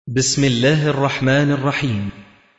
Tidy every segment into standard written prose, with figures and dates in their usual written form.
بسم الله الرحمن الرحيم.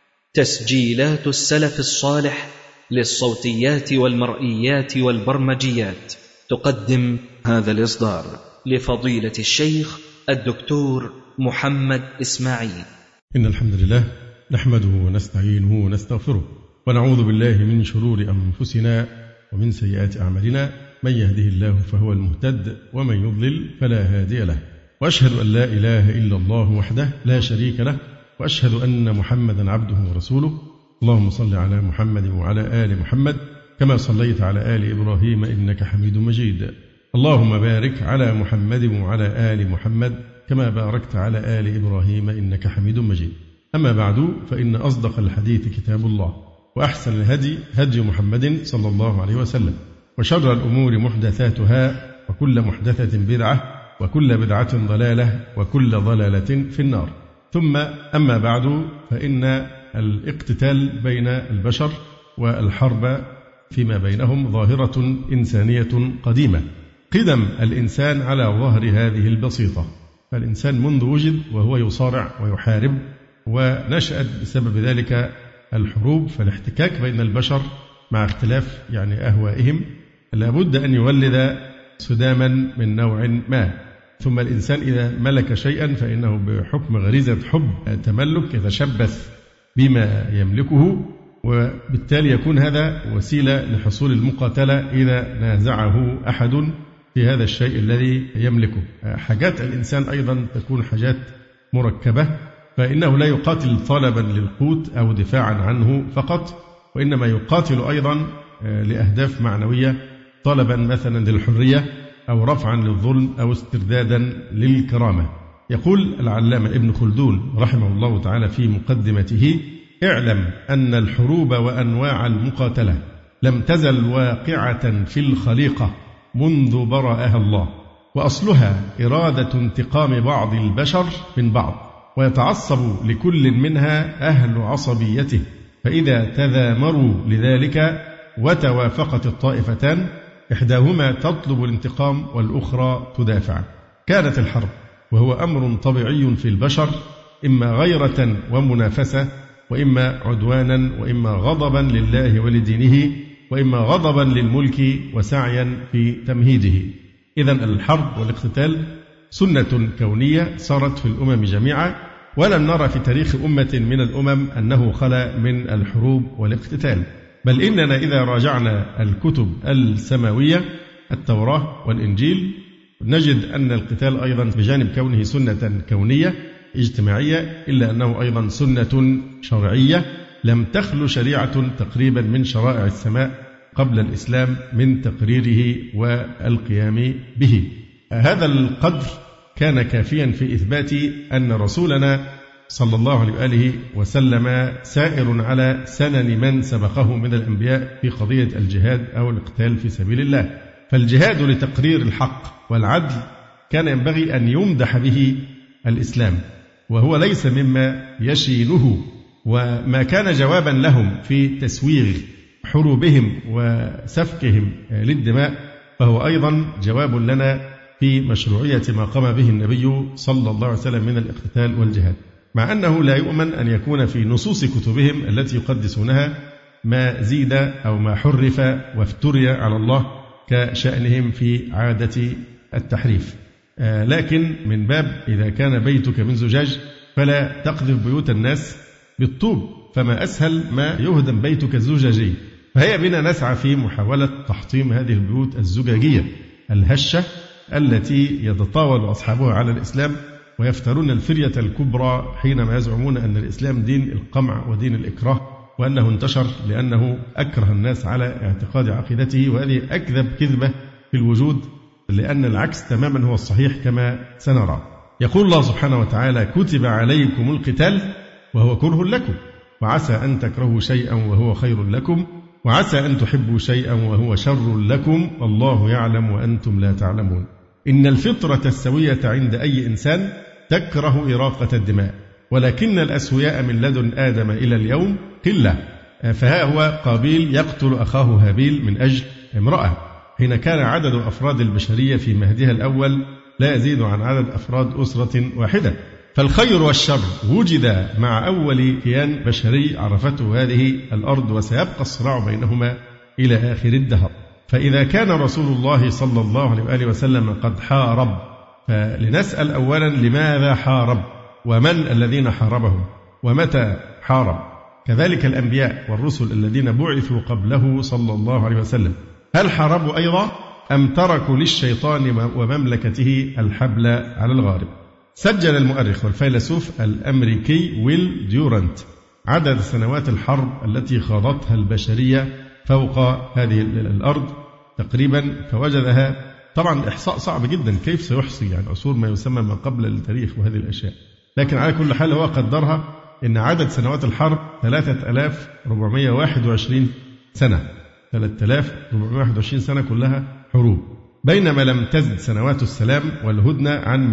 تسجيلات السلف الصالح للصوتيات والمرئيات والبرمجيات تقدم هذا الإصدار لفضيلة الشيخ الدكتور محمد إسماعيل. إن الحمد لله نحمده ونستعينه ونستغفره ونعوذ بالله من شرور أنفسنا ومن سيئات أعمالنا، من يهده الله فهو المهتد ومن يضلل فلا هادي له، وأشهد أن لا إله إلا الله وحده لا شريك له، وأشهد أن محمدا عبده ورسوله. اللهم صل على محمد وعلى آل محمد كما صليت على آل إبراهيم إنك حميد مجيد. اللهم بارك على محمد وعلى آل محمد كما باركت على آل إبراهيم إنك حميد مجيد. أما بعد، فإن أصدق الحديث كتاب الله، وأحسن الهدي هدي محمد صلى الله عليه وسلم، وشر الأمور محدثاتها، وكل محدثة بدعة، وكل بدعة ضلالة، وكل ضلالة في النار. ثم أما بعد، فإن الاقتتال بين البشر والحرب فيما بينهم ظاهرة إنسانية قديمة، قدم الإنسان على ظهر هذه البسيطة. فالإنسان منذ وجد وهو يصارع ويحارب، ونشأت بسبب ذلك الحروب. فالاحتكاك بين البشر مع اختلاف أهوائهم لابد أن يولد صداما من نوع ما. ثم الإنسان إذا ملك شيئا فإنه بحكم غريزة حب تملك يتشبث بما يملكه، وبالتالي يكون هذا وسيلة لحصول المقاتلة إذا نازعه أحد في هذا الشيء الذي يملكه. حاجات الإنسان أيضا تكون حاجات مركبة، فإنه لا يقاتل طلبا للقوت أو دفاعا عنه فقط، وإنما يقاتل أيضا لأهداف معنوية، طلبا مثلا للحرية أو رفعا للظلم أو استردادا للكرامة. يقول العلامة ابن خلدون رحمه الله تعالى في مقدمته: اعلم أن الحروب وأنواع المقاتلة لم تزل واقعة في الخليقة منذ برأها الله، وأصلها إرادة انتقام بعض البشر من بعض، ويتعصب لكل منها أهل عصبيته، فإذا تذامروا لذلك وتوافقت الطائفتان إحداهما تطلب الانتقام والأخرى تدافع. كانت الحرب وهو أمر طبيعي في البشر، إما غيرة ومنافسة، وإما عدوانا، وإما غضبا لله ولدينه، وإما غضبا للملك وسعيا في تمهيده. إذن الحرب والاقتتال سنة كونية صارت في الأمم جميعا، ولم نرى في تاريخ أمة من الأمم أنه خلا من الحروب والاقتتال. بل إننا إذا راجعنا الكتب السماوية التوراة والإنجيل نجد أن القتال أيضا بجانب كونه سنة كونية اجتماعية، إلا أنه أيضا سنة شرعية لم تخل شريعة تقريبا من شرائع السماء قبل الإسلام من تقريره والقيام به. هذا القدر كان كافيا في إثبات أن رسولنا صلى الله عليه وآله وسلم سائر على سنن من سبقه من الأنبياء في قضية الجهاد أو القتال في سبيل الله. فالجهاد لتقرير الحق والعدل كان ينبغي أن يمدح به الإسلام، وهو ليس مما يشينه. وما كان جوابا لهم في تسويغ حروبهم وسفكهم للدماء فهو أيضا جواب لنا في مشروعية ما قام به النبي صلى الله عليه وسلم من الاقتتال والجهاد، مع أنه لا يؤمن أن يكون في نصوص كتبهم التي يقدسونها ما زيد أو ما حرف وافتري على الله كشأنهم في عادة التحريف. لكن من باب إذا كان بيتك من زجاج فلا تقذف بيوت الناس بالطوب، فما أسهل ما يهدم بيتك الزجاجي. فهي بنا نسعى في محاولة تحطيم هذه البيوت الزجاجية الهشة التي يتطاول أصحابها على الإسلام ويفترون الفرية الكبرى حينما يزعمون أن الإسلام دين القمع ودين الإكراه، وأنه انتشر لأنه أكره الناس على اعتقاد عقيدته. وهذه أكذب كذبة في الوجود، لأن العكس تماما هو الصحيح كما سنرى. يقول الله سبحانه وتعالى: كتب عليكم القتال وهو كره لكم، وعسى أن تكرهوا شيئا وهو خير لكم، وعسى أن تحبوا شيئا وهو شر لكم، والله يعلم وأنتم لا تعلمون. إن الفطرة السوية عند أي إنسان تكره إراقة الدماء، ولكن الأسوياء من لدن آدم إلى اليوم قلة. فها هو قابيل يقتل أخاه هابيل من أجل امرأة، حين كان عدد أفراد البشرية في مهدها الأول لا يزيد عن عدد أفراد أسرة واحدة. فالخير والشر وجد مع أول كيان بشري عرفته هذه الأرض، وسيبقى الصراع بينهما إلى آخر الدهر. فإذا كان رسول الله صلى الله عليه وآله وسلم قد حارب، فلنسأل أولا لماذا حارب، ومن الذين حاربهم، ومتى حارب؟ كذلك الأنبياء والرسل الذين بعثوا قبله صلى الله عليه وسلم، هل حاربوا أيضا أم تركوا للشيطان ومملكته الحبل على الغارب؟ سجل المؤرخ والفيلسوف الأمريكي ويل ديورانت عدد سنوات الحرب التي خاضتها البشرية فوق هذه الأرض تقريبا، فوجدها طبعا إحصاء صعب جدا، كيف سيحصي يعني عصور ما يسمى ما قبل التاريخ وهذه الأشياء، لكن على كل حال هو قدرها إن عدد سنوات الحرب 3421 سنة، 3421 سنة كلها حروب، بينما لم تزد سنوات السلام والهدنة عن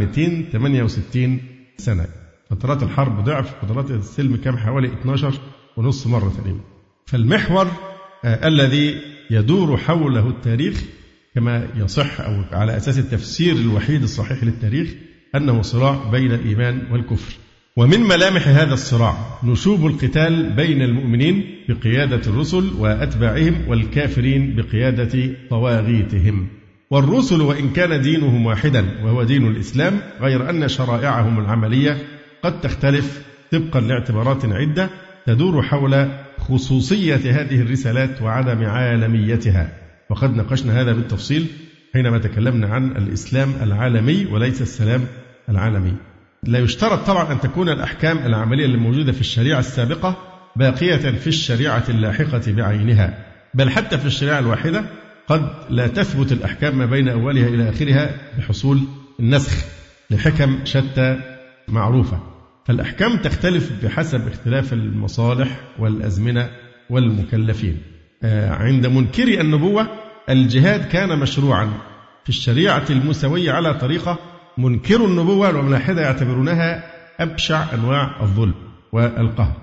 268 سنة. فترات الحرب ضعف، فترات السلم كم حوالي 12.5 مرة تقريبا. فالمحور الذي يدور حوله التاريخ كما يصح أو على أساس التفسير الوحيد الصحيح للتاريخ أنه صراع بين الإيمان والكفر. ومن ملامح هذا الصراع نشوب القتال بين المؤمنين بقيادة الرسل وأتباعهم والكافرين بقيادة طواغيتهم. والرسل وإن كان دينهم واحدا وهو دين الإسلام، غير أن شرائعهم العملية قد تختلف طبقا لاعتبارات عدة تدور حول خصوصية هذه الرسالات وعدم عالميتها، وقد ناقشنا هذا بالتفصيل حينما تكلمنا عن الإسلام العالمي وليس السلام العالمي. لا يشترط طبعا أن تكون الأحكام العملية الموجودة في الشريعة السابقة باقية في الشريعة اللاحقة بعينها، بل حتى في الشريعة الواحدة قد لا تثبت الأحكام ما بين أولها إلى آخرها بحصول النسخ لحكم شتى معروفة. فالأحكام تختلف بحسب اختلاف المصالح والأزمنة والمكلفين. عند منكري النبوة الجهاد كان مشروعا في الشريعة الموسوية على طريقة منكر النبوة والملاحدة يعتبرونها أبشع أنواع الظلم والقهر.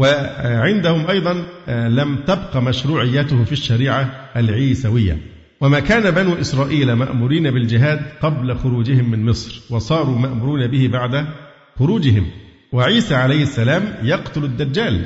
وعندهم أيضا لم تبقى مشروعيته في الشريعة العيسوية. وما كان بنو إسرائيل مأمورين بالجهاد قبل خروجهم من مصر، وصاروا مأمورون به بعد خروجهم. وعيسى عليه السلام يقتل الدجال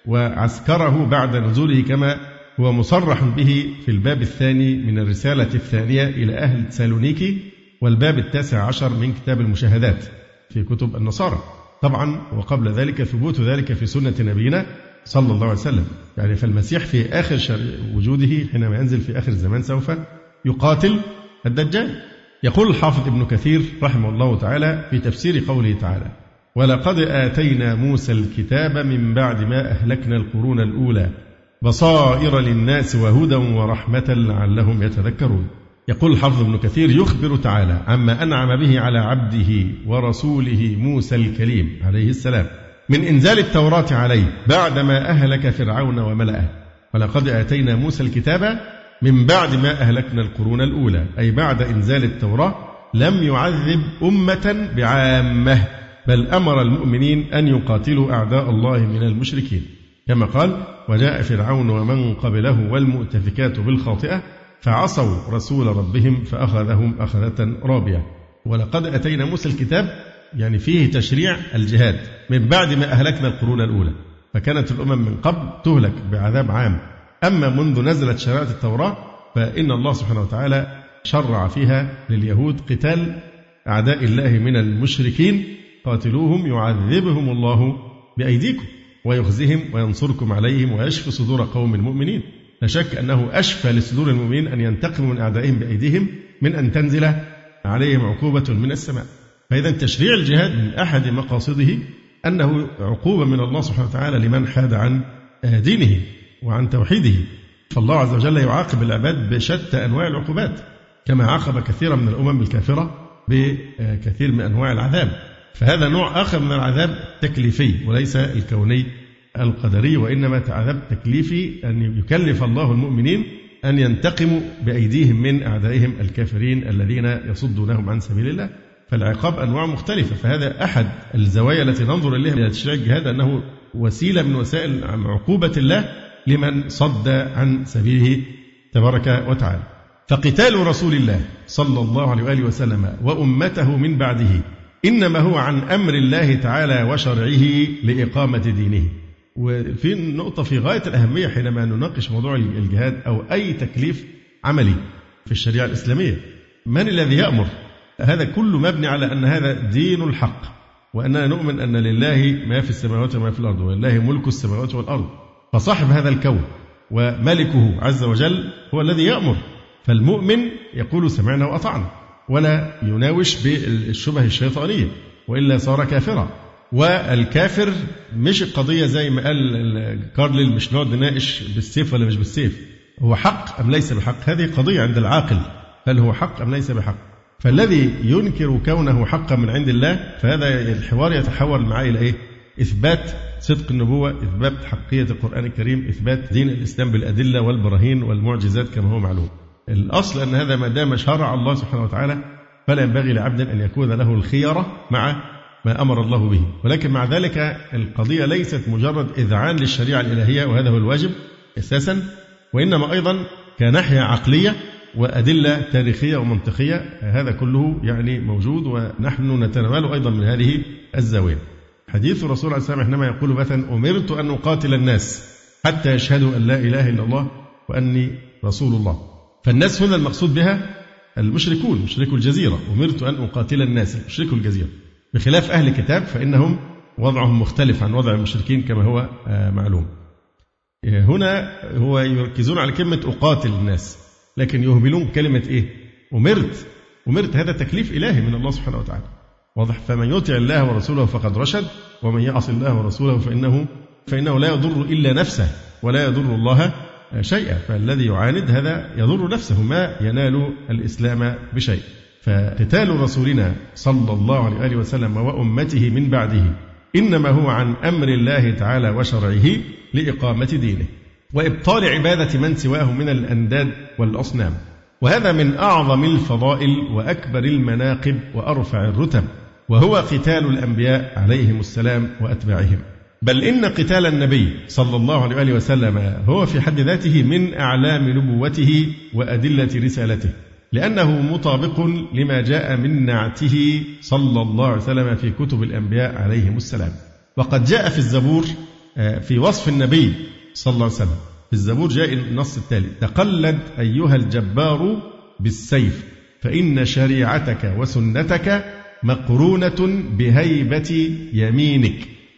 وعسكره بعد نزوله كما هو مصرح به في الباب الثاني من الرسالة الثانية إلى أهل تسالونيكي، والباب 19 من كتاب المشاهدات في كتب النصارى طبعا، وقبل ذلك ثبوت ذلك في سنة نبينا صلى الله عليه وسلم. يعني فالمسيح في آخر وجوده حينما ينزل في آخر الزمان سوف يقاتل الدجال. يقول الحافظ ابن كثير رحمه الله تعالى في تفسير قوله تعالى: ولقد آتينا موسى الكتاب من بعد ما أهلكنا القرون الأولى بصائر للناس وهدى ورحمة لعلهم يتذكرون. يقول الحافظ ابن كثير يخبر تعالى عما أنعم به على عبده ورسوله موسى الكليم عليه السلام من إنزال التوراة عليه بعدما أهلك فرعون وملئه. ولقد آتينا موسى الكتاب من بعد ما أهلكنا القرون الأولى، أي بعد إنزال التوراة لم يعذب أمة بعامة، بل أمر المؤمنين أن يقاتلوا أعداء الله من المشركين، كما قال: وجاء فرعون ومن قبله والمؤتفكات بالخاطئة فعصوا رسول ربهم فأخذهم أخذة رابية. ولقد أتينا موسى الكتاب يعني فيه تشريع الجهاد من بعد ما أهلكنا القرون الأولى، فكانت الأمم من قبل تهلك بعذاب عام. أما منذ نزلت شريعة التوراة فإن الله سبحانه وتعالى شرع فيها لليهود قتال أعداء الله من المشركين، قاتلوهم يعذبهم الله بأيديكم ويخزهم وينصركم عليهم ويشفي صدور قوم مؤمنين. لا شك أنه أشفى لصدور المؤمنين أن ينتقموا من أعدائهم بأيديهم من أن تنزل عليهم عقوبة من السماء. فإذا تشريع الجهاد من أحد مقاصده أنه عقوبة من الله سبحانه وتعالى لمن حاد عن دينه وعن توحيده. فالله عز وجل يعاقب العباد بشتى أنواع العقوبات، كما عاقب كثيرا من الأمم الكافرة بكثير من أنواع العذاب. فهذا نوع آخر من العذاب التكليفي وليس الكوني القدري، وإنما عذاب تكليفي أن يكلف الله المؤمنين أن ينتقموا بأيديهم من أعدائهم الكافرين الذين يصدونهم عن سبيل الله. فالعقاب أنواع مختلفة. فهذا أحد الزوايا التي ننظر إليها من تشريع الجهاد، أنه وسيلة من وسائل عقوبة الله لمن صد عن سبيله تبارك وتعالى. فقتال رسول الله صلى الله عليه وآله وسلم وأمته من بعده إنما هو عن أمر الله تعالى وشرعه لإقامة دينه. وفي نقطة في غاية الأهمية حينما نناقش موضوع الجهاد أو أي تكليف عملي في الشريعة الإسلامية، من الذي يأمر؟ هذا كله مبني على أن هذا دين الحق، وأننا نؤمن أن لله ما في السماوات وما في الأرض، ولله ملك السماوات والأرض، فصاحب هذا الكون وملكه عز وجل هو الذي يأمر. فالمؤمن يقول سمعنا وأطعنا ولا يناوش بالشبه الشيطانية، وإلا صار كافرا. والكافر مش القضية زي ما قال كارليل مش نقعد نناقش بالسيف ولا مش بالسيف، هو حق أم ليس بحق، هذه قضية عند العاقل، هل هو حق أم ليس بحق. فالذي ينكر كونه حقا من عند الله فهذا الحوار يتحول معاه إلى إيه؟ إثبات صدق النبوة، إثبات حقية القرآن الكريم، إثبات دين الإسلام بالأدلة والبراهين والمعجزات كما هو معلوم. الأصل أن هذا ما دام شرع الله سبحانه وتعالى فلا ينبغي لعبد أن يكون له الخيرة مع ما أمر الله به. ولكن مع ذلك القضية ليست مجرد إذعان للشريعة الإلهية وهذا هو الواجب أساسا، وإنما أيضا كناحية عقلية وأدلة تاريخية ومنطقية، هذا كله يعني موجود ونحن نتناوله أيضا من هذه الزاوية. حديث الرسول عليه السلام حينما يقول مثلا أمرت أن أقاتل الناس حتى يشهدوا أن لا إله إلا الله وأني رسول الله. فالناس هنا المقصود بها المشركون، مشركو الجزيرة. أمرت أن أقاتل الناس، مشركو الجزيرة، بخلاف أهل الكتاب فإنهم وضعهم مختلف عن وضع المشركين كما هو معلوم. هنا هو يركزون على كلمة أقاتل الناس، لكن يهملون كلمة إيه؟ أمرت هذا تكليف إلهي من الله سبحانه وتعالى، واضح. فمن يطع الله ورسوله فقد رشد، ومن يعص الله ورسوله فإنه لا يضر إلا نفسه ولا يضر الله شيئا. فالذي يعاند هذا يضر نفسه، ما ينال الإسلام بشيء. فقتال رسولنا صلى الله عليه وآله وسلم وأمته من بعده إنما هو عن أمر الله تعالى وشرعه لإقامة دينه وإبطال عبادة من سواه من الأنداد والأصنام. وهذا من أعظم الفضائل وأكبر المناقب وأرفع الرتب، وهو قتال الأنبياء عليهم السلام وأتباعهم. بل إن قتال النبي صلى الله عليه وآله وسلم هو في حد ذاته من أعلام نبوته وأدلة رسالته، لأنه مطابق لما جاء من نعته صلى الله عليه وسلم في كتب الأنبياء عليهم السلام. وقد جاء في الزبور في وصف النبي صلى الله عليه وسلم، في الزبور جاء النص التالي: تقلد أيها الجبار بالسيف فإن شريعتك وسنتك مقرونة بهيبة يمينك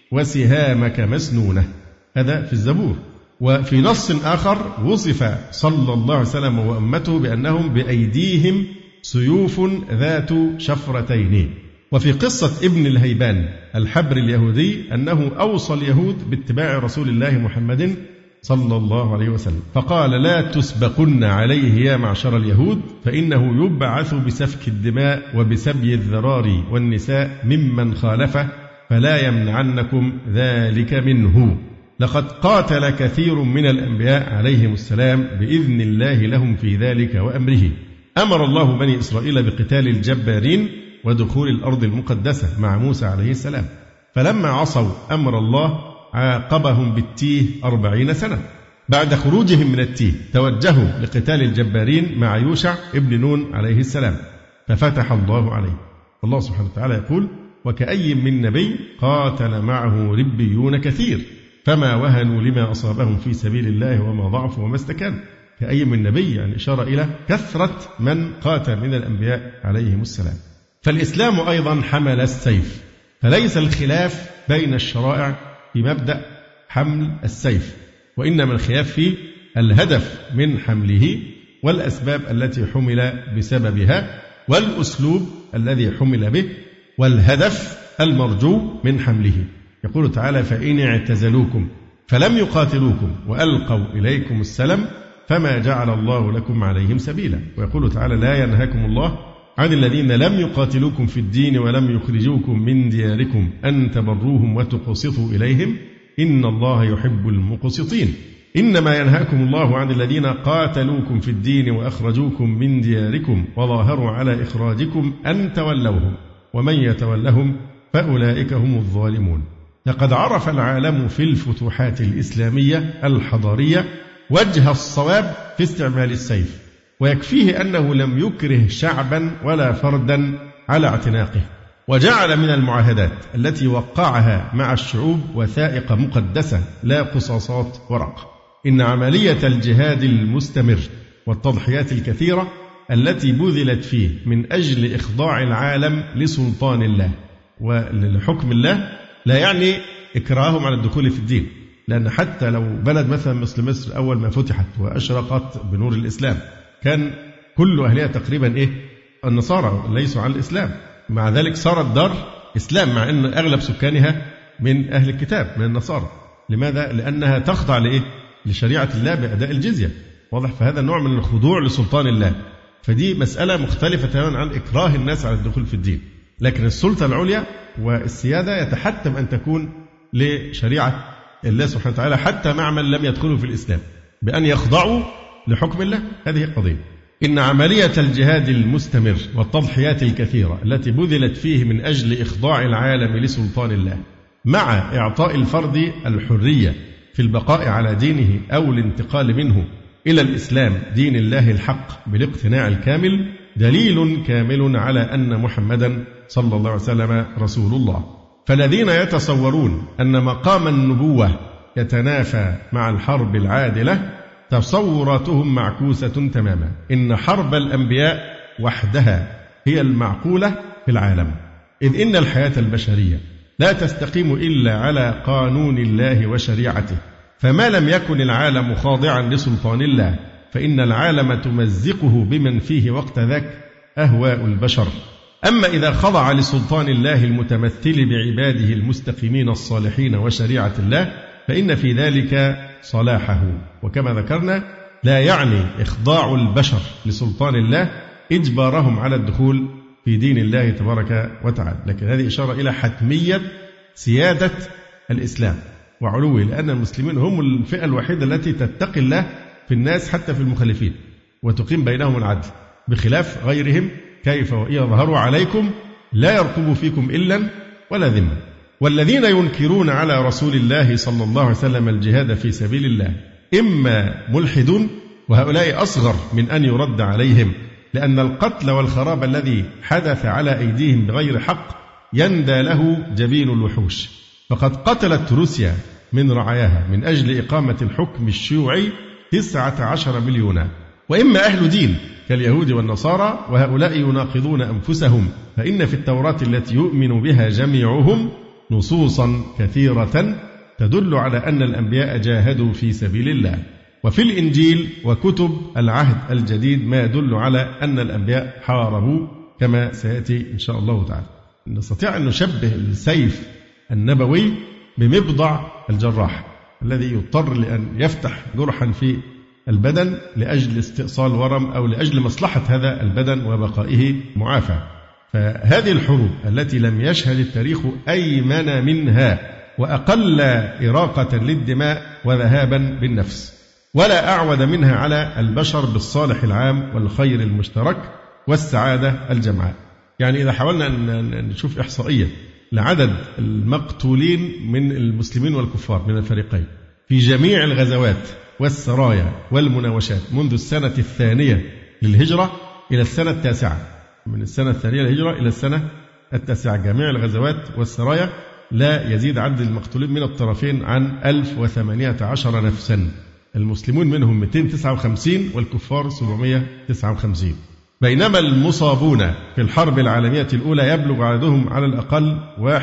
وسهامك مسنونة. هذا في الزبور. وفي نص آخر وصف صلى الله عليه وسلم وأمته بأنهم بأيديهم سيوف ذات شفرتين. وفي قصة ابن الهيبان الحبر اليهودي أنه أوصى اليهود باتباع رسول الله محمد صلى الله عليه وسلم، فقال: لا تسبقن عليه يا معشر اليهود، فإنه يبعث بسفك الدماء وبسبي الذراري والنساء ممن خالفه، فلا يمنعنكم ذلك منه. لقد قاتل كثير من الأنبياء عليهم السلام بإذن الله لهم في ذلك وأمره. أمر الله بني إسرائيل بقتال الجبارين ودخول الأرض المقدسة مع موسى عليه السلام، فلما عصوا أمر الله عاقبهم بالتيه 40 سنة. بعد خروجهم من التيه توجهوا لقتال الجبارين مع يوشع ابن نون عليه السلام، ففتح الله عليه. الله سبحانه وتعالى يقول: وكأي من نبي قاتل معه ربيون كثير فما وهنوا لما أصابهم في سبيل الله وما ضعفوا وما استكانوا. كأي من نبي يعني إشارة إلى كثرة من قاتل من الأنبياء عليهم السلام. فالإسلام أيضا حمل السيف، فليس الخلاف بين الشرائع في مبدأ حمل السيف، وإنما الخلاف في الهدف من حمله والأسباب التي حمل بسببها والأسلوب الذي حمل به والهدف المرجو من حمله. يقول تعالى: فإن اعتزلوكم فلم يقاتلوكم وألقوا إليكم السلم فما جعل الله لكم عليهم سبيلا. ويقول تعالى: لا ينهاكم الله عن الذين لم يقاتلوكم في الدين ولم يخرجوكم من دياركم أن تبروهم وتقسطوا إليهم إن الله يحب المقسطين. إنما ينهاكم الله عن الذين قاتلوكم في الدين وأخرجوكم من دياركم وظاهروا على إخراجكم أن تولوهم ومن يتولهم فأولئك هم الظالمون. لقد عرف العالم في الفتوحات الإسلامية الحضارية وجه الصواب في استعمال السيف، ويكفيه أنه لم يكره شعبا ولا فردا على اعتناقه، وجعل من المعاهدات التي وقعها مع الشعوب وثائق مقدسة لا قصاصات ورق. إن عملية الجهاد المستمر والتضحيات الكثيرة التي بذلت فيه من أجل إخضاع العالم لسلطان الله ولحكم الله لا يعني إكراههم على الدخول في الدين، لأن حتى لو بلد مثلا مثل مصر أول ما فتحت وأشرقت بنور الإسلام كان كل أهلها تقريبا النصارى ليسوا على الإسلام، مع ذلك صارت دار إسلام مع أن أغلب سكانها من أهل الكتاب من النصارى. لماذا؟ لأنها تخضع لشريعة الله بأداء الجزية. واضح؟ فهذا نوع من الخضوع لسلطان الله، فدي مسألة مختلفة تماما عن إكراه الناس على الدخول في الدين. لكن السلطة العليا والسيادة يتحتم أن تكون لشريعة الله سبحانه وتعالى حتى مع من لم يدخلوا في الإسلام بأن يخضعوا لحكم الله. هذه القضية. إن عملية الجهاد المستمر والتضحيات الكثيرة التي بذلت فيه من أجل إخضاع العالم لسلطان الله مع إعطاء الفرد الحرية في البقاء على دينه أو الانتقال منه إلى الإسلام دين الله الحق بالاقتناع الكامل دليل كامل على أن محمدا صلى الله عليه وسلم رسول الله. فالذين يتصورون أن مقام النبوة يتنافى مع الحرب العادلة تصوراتهم معكوسة تماما. إن حرب الأنبياء وحدها هي المعقولة في العالم، إذ إن الحياة البشرية لا تستقيم إلا على قانون الله وشريعته، فما لم يكن العالم خاضعا لسلطان الله فإن العالم تمزقه بمن فيه وقت ذاك أهواء البشر. أما إذا خضع لسلطان الله المتمثل بعباده المستقيمين الصالحين وشريعة الله فإن في ذلك صلاحه. وكما ذكرنا لا يعني إخضاع البشر لسلطان الله إجبارهم على الدخول في دين الله تبارك وتعالى، لكن هذه إشارة إلى حتمية سيادة الإسلام وعلوه، لأن المسلمين هم الفئة الوحيدة التي تتقي الله في الناس حتى في المخالفين وتقيم بينهم العدل، بخلاف غيرهم كيف وإن يظهروا عليكم لا يرقبوا فيكم إلا ولا ذمة. والذين ينكرون على رسول الله صلى الله عليه وسلم الجهاد في سبيل الله إما ملحدون، وهؤلاء أصغر من أن يرد عليهم، لأن القتل والخراب الذي حدث على أيديهم بغير حق يندى له جبين الوحوش. فقد قتلت روسيا من رعاياها من أجل إقامة الحكم الشيوعي 19 مليونا، وإما أهل دين كاليهود والنصارى وهؤلاء يناقضون أنفسهم، فإن في التوراة التي يؤمن بها جميعهم نصوصا كثيرة تدل على أن الأنبياء جاهدوا في سبيل الله، وفي الإنجيل وكتب العهد الجديد ما يدل على أن الأنبياء حاربوا كما سيأتي إن شاء الله تعالى. نستطيع أن نشبه السيف النبوي بمبضع الجراح الذي يضطر لأن يفتح جرحا في البدن لأجل استئصال ورم أو لأجل مصلحة هذا البدن وبقائه معافى. فهذه الحروب التي لم يشهد التاريخ أيمن منها وأقل إراقة للدماء وذهابا بالنفس، ولا أعود منها على البشر بالصالح العام والخير المشترك والسعادة الجمعاء. يعني إذا حاولنا أن نشوف إحصائية لعدد المقتولين من المسلمين والكفار من الفريقين في جميع الغزوات والسرايا والمناوشات منذ السنة الثانية للهجرة إلى السنة التاسعة، من السنة الثانية للهجرة إلى السنة التاسعة جميع الغزوات والسرايا لا يزيد عدد المقتولين من الطرفين عن 1018 نفسا، المسلمون منهم 259 والكفار 759، بينما المصابون في الحرب العالمية الأولى يبلغ عددهم على الأقل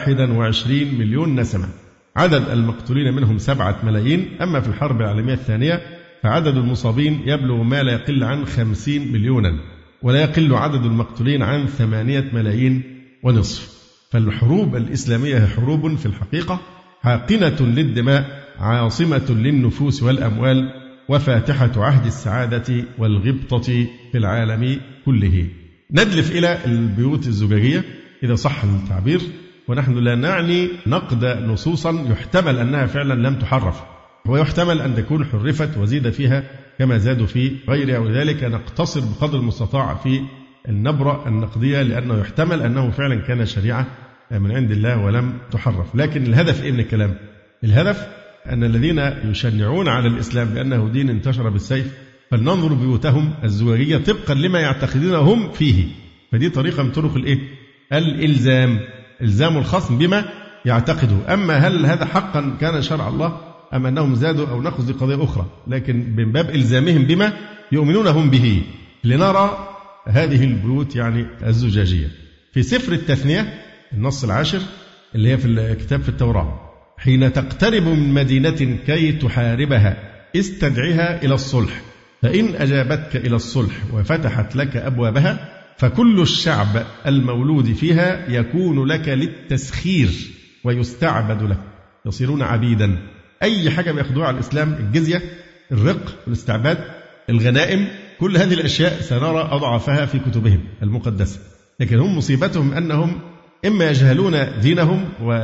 21 مليون نسمة، عدد المقتولين منهم 7 ملايين. أما في الحرب العالمية الثانية فعدد المصابين يبلغ ما لا يقل عن 50 مليونا، ولا يقل عدد المقتولين عن 8 ملايين ونصف. فالحروب الإسلامية حروب في الحقيقة حاقنة للدماء، عاصمة للنفوس والأموال، وفاتحة عهد السعادة والغبطة في العالم كله. ندلف إلى البيوت الزجاجية إذا صح التعبير، ونحن لا نعني نقد نصوصا يحتمل أنها فعلا لم تحرف، ويحتمل أن تكون حرفت وزيد فيها كما زادوا في غيرها، ولذلك نقتصر بقدر المستطاع في النبرة النقدية، لأنه يحتمل أنه فعلا كان شريعة من عند الله ولم تحرف. لكن الهدف إيه من الكلام؟ الهدف أن الذين يشنعون على الإسلام بأنه دين انتشر بالسيف فلننظر بيوتهم الزجاجية طبقا لما يعتقدون هم فيه. فدي طريقة من طرق الإلزام إلزام الخصم بما يعتقده. أما هل هذا حقا كان شرع الله أم أنهم زادوا أو نقصوا، دي قضية أخرى، لكن من باب إلزامهم بما يؤمنون هم به. لنرى هذه البيوت يعني الزجاجية في سفر التثنية النص 10 اللي هي في الكتاب في التوراة: حين تقترب من مدينة كي تحاربها استدعها إلى الصلح، فإن أجابتك إلى الصلح وفتحت لك أبوابها فكل الشعب المولود فيها يكون لك للتسخير ويستعبد لك، يصيرون عبيدا. أي حاجة بيأخذوها على الإسلام، الجزية، الرق، الاستعباد، الغنائم، كل هذه الأشياء سنرى أضعافها في كتبهم المقدسة. لكن هم مصيبتهم أنهم إما يجهلون دينهم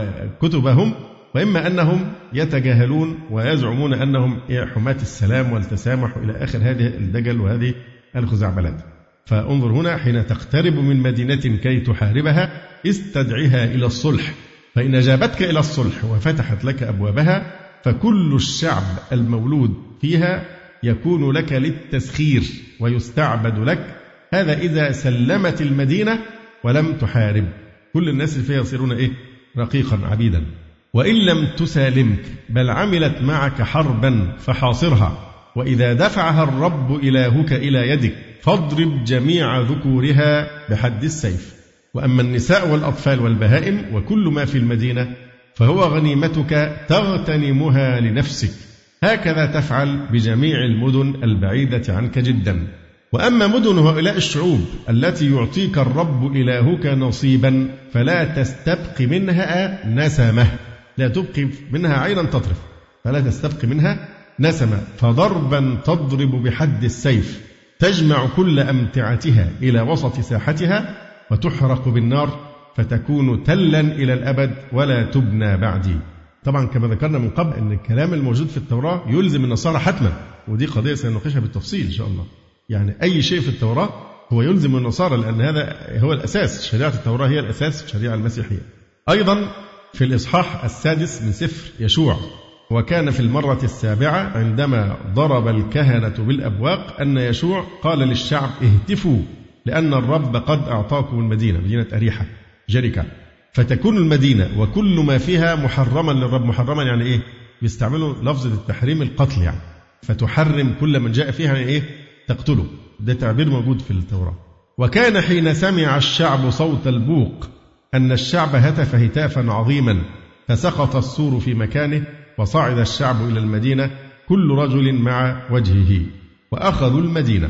وكتبهم، وإما أنهم يتجاهلون ويزعمون أنهم حماة السلام والتسامح إلى آخر هذه الدجل وهذه الخزعبلات. فانظر هنا: حين تقترب من مدينة كي تحاربها استدعها إلى الصلح، فإن أجابتك إلى الصلح وفتحت لك أبوابها فكل الشعب المولود فيها يكون لك للتسخير ويستعبد لك. هذا إذا سلمت المدينة ولم تحارب، كل الناس اللي فيها يصيرون رقيقا عبيدا. وإن لم تسالمك بل عملت معك حربا فحاصرها، وإذا دفعها الرب إلهك إلى يدك فاضرب جميع ذكورها بحد السيف. وأما النساء والأطفال والبهائم وكل ما في المدينة فهو غنيمتك تغتنمها لنفسك، هكذا تفعل بجميع المدن البعيدة عنك جدا. وأما مدن هؤلاء الشعوب التي يعطيك الرب إلهك نصيبا فلا تستبق منها نسمة، لا تبقي منها عينا تطرف، فلا تستبق منها نسمة، فضربا تضرب بحد السيف، تجمع كل أمتعتها إلى وسط ساحتها وتحرق بالنار، فتكون تلا إلى الأبد ولا تبنى بعدي. طبعا كما ذكرنا من قبل أن الكلام الموجود في التوراة يلزم النصارى حتما، ودي قضية سنناقشها بالتفصيل إن شاء الله. يعني أي شيء في التوراة هو يلزم النصارى، لأن هذا هو الأساس، شريعة التوراة هي الأساس في الشريعة المسيحية. أيضا في الإصحاح 6 من سفر يشوع: وكان في المرة 7 عندما ضرب الكهنة بالأبواق أن يشوع قال للشعب: اهتفوا لأن الرب قد أعطاكم المدينة، مدينة أريحة جريكا، فتكون المدينة وكل ما فيها محرما للرب. محرما يعني بيستعملوا لفظة التحريم القتل، يعني فتحرم كل من جاء فيها يعني تقتله، ده تعبير موجود في التوراة. وكان حين سمع الشعب صوت البوق أن الشعب هتف هتافا عظيما، فسقط السور في مكانه، وصعد الشعب إلى المدينة كل رجل مع وجهه، وأخذوا المدينة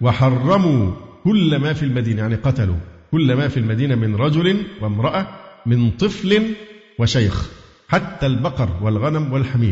وحرموا كل ما في المدينة، يعني قتلوا كل ما في المدينة من رجل وامرأة، من طفل وشيخ، حتى البقر والغنم والحمير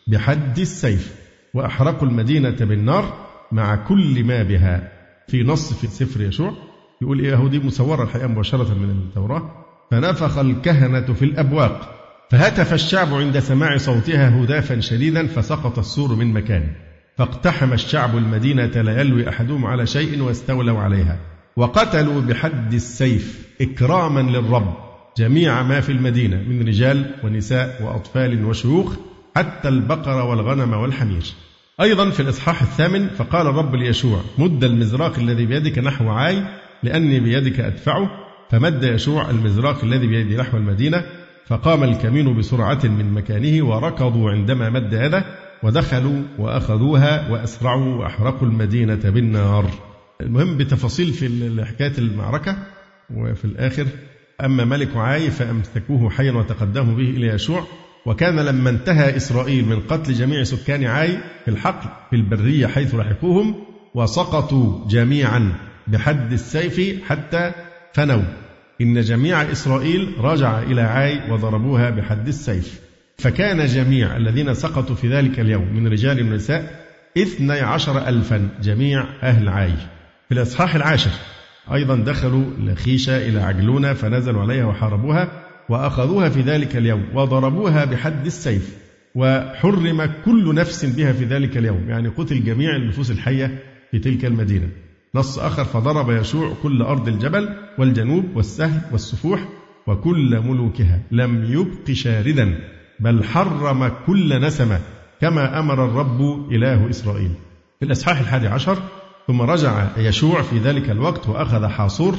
بحد السيف، وأحرقوا المدينة بالنار مع كل ما بها. في نص في سفر يشوع يقول دي مصورة الحقيقة مباشرة من التوراة: فنفخ الكهنة في الأبواق فهتف الشعب عند سماع صوتها هتافا شديدا، فسقط السور من مكانه، فاقتحم الشعب المدينة لا يلوي أحدهم على شيء، واستولوا عليها، وقتلوا بحد السيف إكراما للرب جميع ما في المدينة من رجال ونساء وأطفال وشيوخ، حتى البقر والغنم والحمير. أيضا في الإصحاح 8: فقال الرب ليشوع: مد المزراق الذي بيدك نحو عاي لأني بيدك أدفعه، فمد يشوع المزراق الذي بيده نحو المدينة، فقام الكمين بسرعة من مكانه، وركضوا عندما مد يده، ودخلوا وأخذوها وأسرعوا وأحرقوا المدينة بالنار. المهم بتفاصيل في حكاية المعركة. وفي الآخر: أما ملك عاي فأمسكوه حيا وتقدموا به إلى يشوع. وكان لما انتهى إسرائيل من قتل جميع سكان عاي في الحقل في البرية حيث لحقوهم، وسقطوا جميعا بحد السيف حتى فنوا، إن جميع إسرائيل رجع إلى عاي وضربوها بحد السيف. فكان جميع الذين سقطوا في ذلك اليوم من رجال ونساء 12,000 جميع أهل عاي. في الإصحاح 10 أيضا دخلوا لخيشة إلى عجلونة فنزلوا عليها وحاربوها وأخذوها في ذلك اليوم وضربوها بحد السيف، وحرم كل نفس بها في ذلك اليوم، يعني قتل جميع النفوس الحية في تلك المدينة. نص آخر: فضرب يشوع كل أرض الجبل والجنوب والسهل والسفوح وكل ملوكها، لم يبق شاردا، بل حرم كل نسمة كما أمر الرب إله إسرائيل. في الإصحاح 11: ثم رجع يشوع في ذلك الوقت وأخذ حاصور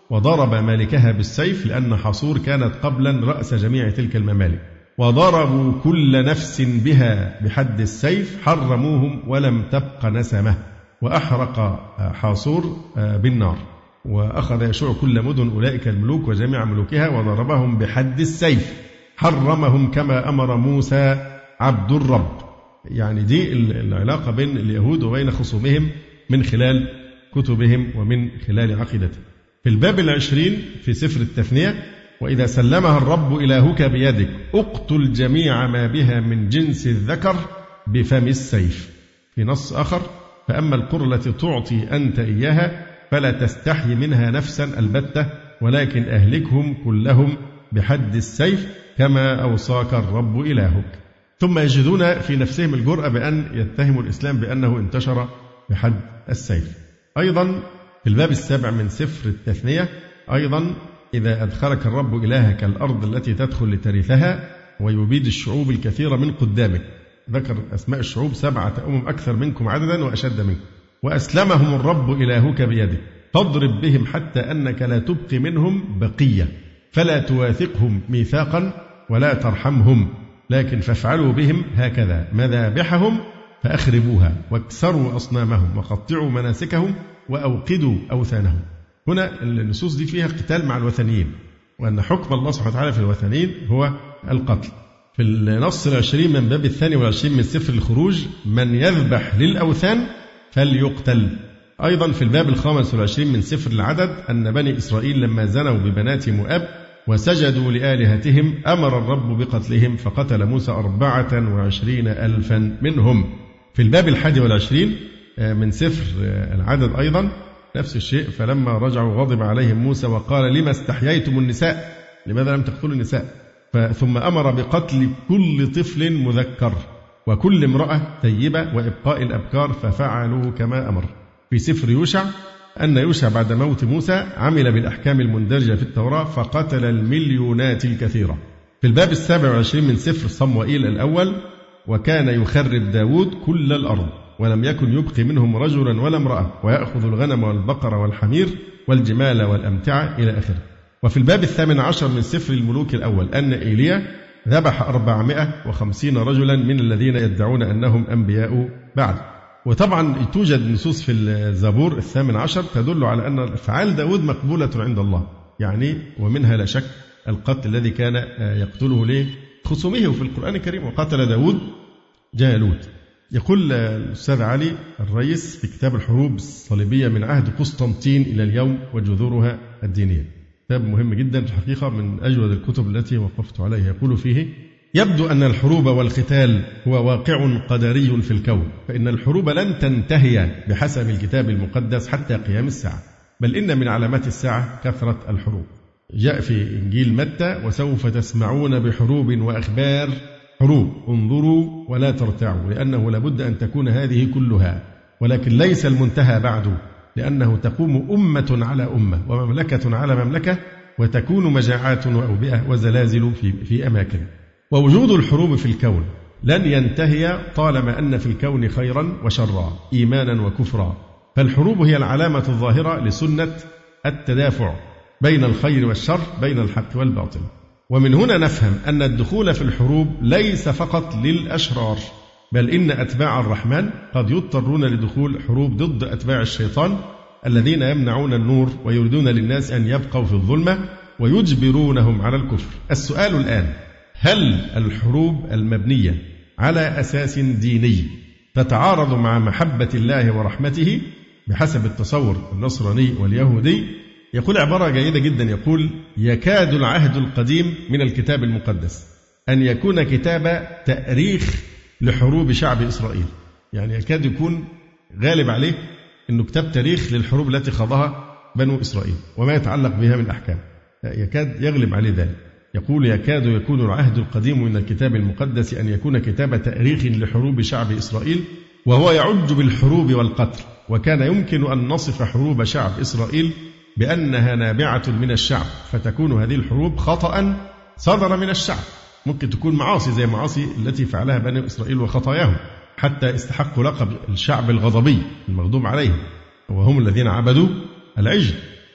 وضرب مالكها بالسيف لأن حصور كانت قبلا رأس جميع تلك الممالك، وضربوا كل نفس بها بحد السيف، حرموهم ولم تبق نسمة، وأحرق حاصور بالنار، وأخذ يشوع كل مدن أولئك الملوك وجميع ملوكها وضربهم بحد السيف، حرمهم كما أمر موسى عبد الرب. يعني دي العلاقة بين اليهود وبين خصومهم من خلال كتبهم ومن خلال عقيدتهم. في الباب 20 في سفر التثنية: وإذا سلمها الرب إلهك بيدك اقتل جميع ما بها من جنس الذكر بفم السيف. في نص آخر: فأما القرى التي تعطي أنت إياها فلا تستحي منها نفسا البتة، ولكن أهلكهم كلهم بحد السيف كما أوصاك الرب إلهك. ثم يجدون في نفسهم الجرأة بأن يتهموا الإسلام بأنه انتشر بحد السيف. أيضا في الباب 7 من سفر التثنية: أيضا إذا أدخلك الرب إلهك الأرض التي تدخل لترثها ويبيد الشعوب الكثيرة من قدامك. ذكر أسماء الشعوب 7 أكثر منكم عددا وأشد منكم. وأسلمهم الرب إلهك بيدك فاضرب بهم حتى أنك لا تبقي منهم بقية، فلا تواثقهم ميثاقا ولا ترحمهم، لكن فافعلوا بهم هكذا: مذابحهم فأخربوها، واكسروا أصنامهم، وقطعوا مناسكهم، وأوقدوا أوثانهم. هنا النصوص دي فيها قتال مع الوثنيين، وأن حكم الله سبحانه وتعالى في الوثنيين هو القتل. في النص 20 من باب 22 من سفر الخروج: من يذبح للأوثان فليقتل. أيضا في الباب 25 من سفر العدد أن بني إسرائيل لما زنوا ببنات مؤاب وسجدوا لآلهتهم أمر الرب بقتلهم، فقتل موسى 24,000 منهم. في الباب 21 من سفر العدد أيضا نفس الشيء: فلما رجعوا غضب عليهم موسى وقال: لما استحييتم النساء؟ لماذا لم تقتلوا النساء؟ ثم أمر بقتل كل طفل مذكر وكل امرأة طيبة وإبقاء الأبكار، ففعلوا كما أمر. في سفر يوشع أن يوشع بعد موت موسى عمل بالأحكام المندرجة في التوراة فقتل المليونات الكثيرة. في الباب 27 من سفر صموئيل الأول: وكان يخرب داود كل الأرض ولم يكن يبقي منهم رجلا ولا امرأة، ويأخذ الغنم والبقر والحمير والجمال والأمتعة إلى آخره. وفي الباب 18 من سفر الملوك الأول أن إيليا ذبح 450 رجلا من الذين يدعون أنهم أنبياء بعد. وطبعا توجد نصوص في الزبور 18 تدل على أن أفعال داود مقبولة عند الله، يعني ومنها لا شك القتل الذي كان يقتله لخصومه في القرآن الكريم: وقتل داود جالوت. يقول الأستاذ علي الرئيس في كتاب الحروب الصليبية من عهد قسطنطين إلى اليوم وجذورها الدينية، كتاب مهم جدا في الحقيقة، من أجود الكتب التي وقفت عليها. يقول فيه: يبدو أن الحروب والقتال هو واقع قدري في الكون، فإن الحروب لن تنتهي بحسب الكتاب المقدس حتى قيام الساعة، بل إن من علامات الساعة كثرة الحروب. جاء في إنجيل متى: وسوف تسمعون بحروب وأخبار حروب، انظروا ولا ترتعوا، لأنه لابد أن تكون هذه كلها، ولكن ليس المنتهى بعد، لأنه تقوم أمة على أمة ومملكة على مملكة، وتكون مجاعات وأوبئة وزلازل في أماكن. ووجود الحروب في الكون لن ينتهي طالما أن في الكون خيرا وشرا، إيمانا وكفرا، فالحروب هي العلامة الظاهرة لسنة التدافع بين الخير والشر، بين الحق والباطل. ومن هنا نفهم أن الدخول في الحروب ليس فقط للأشرار، بل إن أتباع الرحمن قد يضطرون لدخول حروب ضد أتباع الشيطان الذين يمنعون النور ويريدون للناس أن يبقوا في الظلمة ويجبرونهم على الكفر. السؤال الآن: هل الحروب المبنية على أساس ديني تتعارض مع محبة الله ورحمته بحسب التصور النصراني واليهودي؟ يقول عبارة جيدة جدا، يقول: يكاد العهد القديم من الكتاب المقدس أن يكون كتاب تأريخ لحروب شعب إسرائيل، يعني يكاد يكون غالب عليه أنه كتاب تاريخ للحروب التي خاضها بنو إسرائيل وما يتعلق بها من أحكام، يكاد يغلب عليه ذلك. يقول: يكاد يكون العهد القديم من الكتاب المقدس أن يكون كتاب تأريخ لحروب شعب إسرائيل، وهو يعج بالحروب والقتل، وكان يمكن أن نصف حروب شعب إسرائيل بأنها نابعة من الشعب، فتكون هذه الحروب خطأ صدر من الشعب، ممكن تكون معاصي زي معاصي التي فعلها بني إسرائيل وخطاياهم، حتى استحقوا لقب الشعب الغضبي المغضوب عليهم، وهم الذين عبدوا العجل.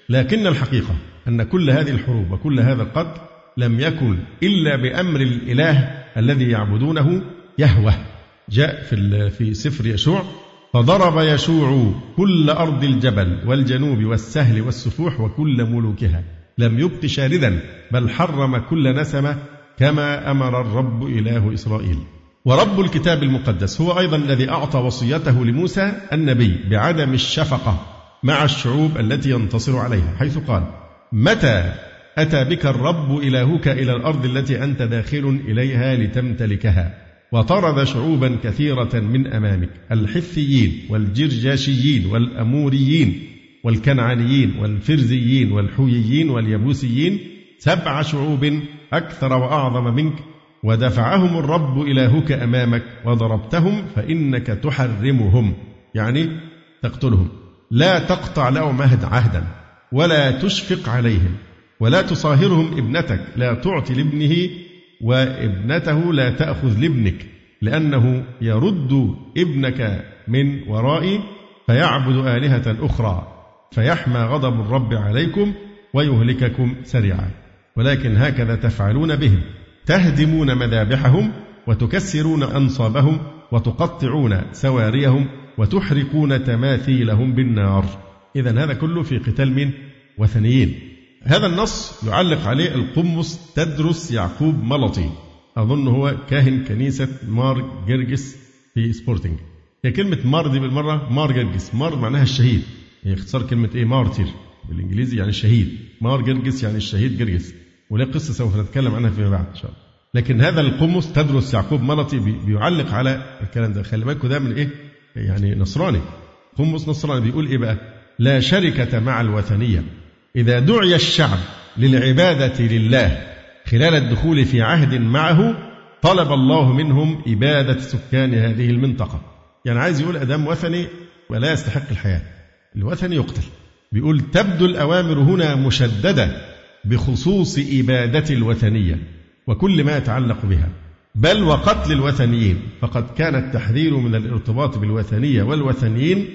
لكن الحقيقة أن كل هذه الحروب وكل هذا القتل لم يكن إلا بأمر الإله الذي يعبدونه يهوه. جاء في سفر يشوع: فضرب يشوع كل أرض الجبل والجنوب والسهل والسفوح وكل ملوكها، لم يبق شاردا، بل حرم كل نسمة كما أمر الرب إله إسرائيل. ورب الكتاب المقدس هو أيضا الذي أعطى وصيته لموسى النبي بعدم الشفقة مع الشعوب التي ينتصر عليها، حيث قال: متى أتى بك الرب إلهك إلى الأرض التي أنت داخل إليها لتمتلكها، وطرد شعوبا كثيرة من أمامك، الحثيين والجرجاشيين والأموريين والكنعانيين والفرزيين والحويين واليبوسيين، 7 شعوب أكثر وأعظم منك، ودفعهم الرب إلهك أمامك وضربتهم، فإنك تحرمهم، يعني تقتلهم، لا تقطع لهم عهدا ولا تشفق عليهم، ولا تصاهرهم ابنتك، لا تعطي لابنه وابنته لا تأخذ لابنك، لأنه يرد ابنك من ورائي فيعبد آلهة أخرى، فيحمى غضب الرب عليكم ويهلككم سريعا. ولكن هكذا تفعلون بهم، تهدمون مذابحهم وتكسرون أنصابهم وتقطعون سواريهم وتحرقون تماثيلهم بالنار. إذن هذا كله في قتال من وثنيين. هذا النص يعلق عليه القمص تدرس يعقوب ملطي، أظن هو كاهن كنيسة مار جرجس في سبورتنج. هي كلمة مار دي بالمرة مار جرجس، مار معناها الشهيد، هي اختصار كلمة إيه؟ مارتير بالإنجليزي يعني الشهيد، مار جرجس يعني الشهيد جرجس، ولا قصة سوف نتكلم عنها فيما بعد إن شاء الله. لكن هذا القمص تدرس يعقوب ملطي بيعلق على الكلام ده. خلي بالكم ده من إيه؟ يعني نصراني، قمص نصراني، بيقول إيه بقى؟ لا شركة مع الوثنية. إذا دعي الشعب للعبادة لله خلال الدخول في عهد معه، طلب الله منهم إبادة سكان هذه المنطقة. يعني عايز يقول أدام وثني ولا يستحق الحياة، الوثني يقتل. بيقول تبدو الأوامر هنا مشددة بخصوص إبادة الوثنية وكل ما يتعلق بها، بل وقتل الوثنيين، فقد كان التحذير من الارتباط بالوثنية والوثنيين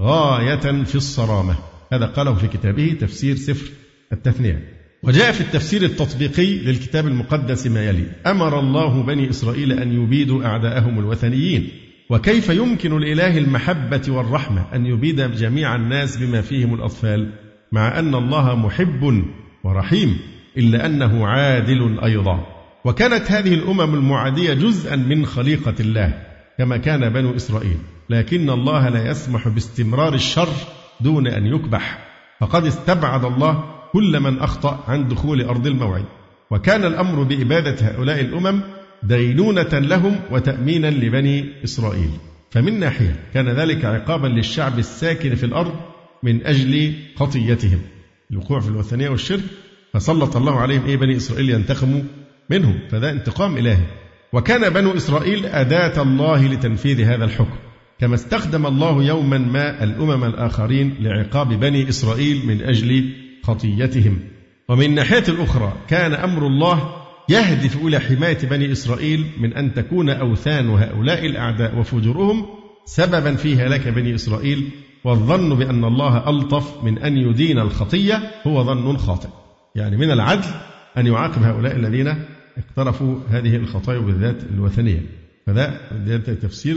غاية في الصرامة. هذا قاله في كتابه تفسير سفر التثنية. وجاء في التفسير التطبيقي للكتاب المقدس ما يلي: أمر الله بني إسرائيل أن يبيدوا أعداءهم الوثنيين، وكيف يمكن لإله المحبة والرحمة أن يبيد جميع الناس بما فيهم الأطفال، مع أن الله محب ورحيم، إلا أنه عادل أيضا. وكانت هذه الأمم المعادية جزءا من خليقة الله كما كان بنو إسرائيل، لكن الله لا يسمح باستمرار الشر دون أن يكبح، فقد استبعد الله كل من أخطأ عن دخول أرض الموعد. وكان الأمر بإبادة هؤلاء الأمم دينونة لهم وتأمينا لبني إسرائيل. فمن ناحية كان ذلك عقابا للشعب الساكن في الأرض من أجل خطيتهم، الوقوع في الوثنية والشرك، فسلط الله عليهم بني إسرائيل ينتقموا منهم، فده انتقام إلهي. وكان بنو إسرائيل أداة الله لتنفيذ هذا الحكم، كما استخدم الله يوما ما الأمم الآخرين لعقاب بني إسرائيل من أجل خطيتهم. ومن ناحية الأخرى كان أمر الله يهدف إلى حماية بني إسرائيل من أن تكون أوثان هؤلاء الأعداء وفجورهم سببا في هلاك بني إسرائيل. والظن بأن الله ألطف من أن يدين الخطية هو ظن خاطئ. يعني من العدل أن يعاقب هؤلاء الذين اقترفوا هذه الخطايا بالذات الوثنية. فده تفسير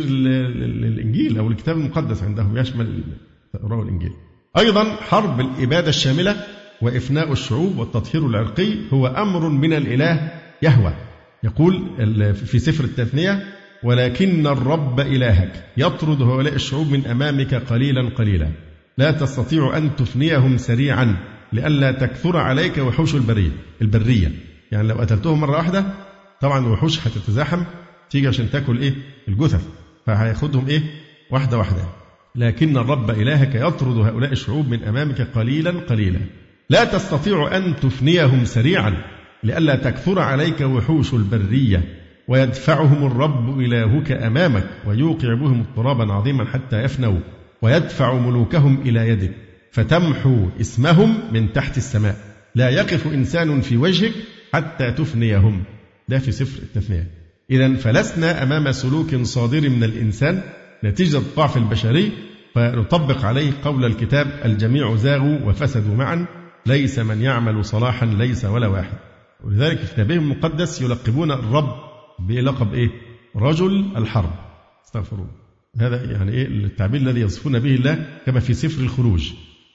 الإنجيل أو الكتاب المقدس عندهم، يشمل التوراة والإنجيل. أيضا حرب الإبادة الشاملة وإفناء الشعوب والتطهير العرقي هو أمر من الإله يهوه. يقول في سفر التثنية: ولكن الرب إلهك يطرد هؤلاء الشعوب من أمامك قليلا قليلا، لا تستطيع أن تفنيهم سريعا لئلا تكثر عليك وحوش البرية. يعني لو قتلتهم مرة واحدة طبعا الوحوش هتتزاحم تيجي عشان تاكل الجثث، فهياخدهم واحدة واحدة. لكن الرب إلهك يطرد هؤلاء الشعوب من أمامك قليلا قليلا، لا تستطيع أن تفنيهم سريعا لئلا تكثر عليك وحوش البرية، ويدفعهم الرب إلهك أمامك ويوقع بهم اضطرابا عظيما حتى يفنوا، ويدفع ملوكهم إلى يدك فتمحو اسمهم من تحت السماء، لا يقف إنسان في وجهك حتى تفنيهم. ده في سفر التثنية. إذن فلسنا أمام سلوك صادر من الإنسان نتيجة الضعف البشري فنطبق عليه قول الكتاب: الجميع زاغوا وفسدوا معا ليس من يعمل صلاحا ليس ولا واحد. ولذلك في كتابهم المقدس يلقبون الرب بلقب إيه؟ رجل الحرب. استغفرون. هذا يعني إيه التعبير الذي يصفون به الله كما في سفر الخروج: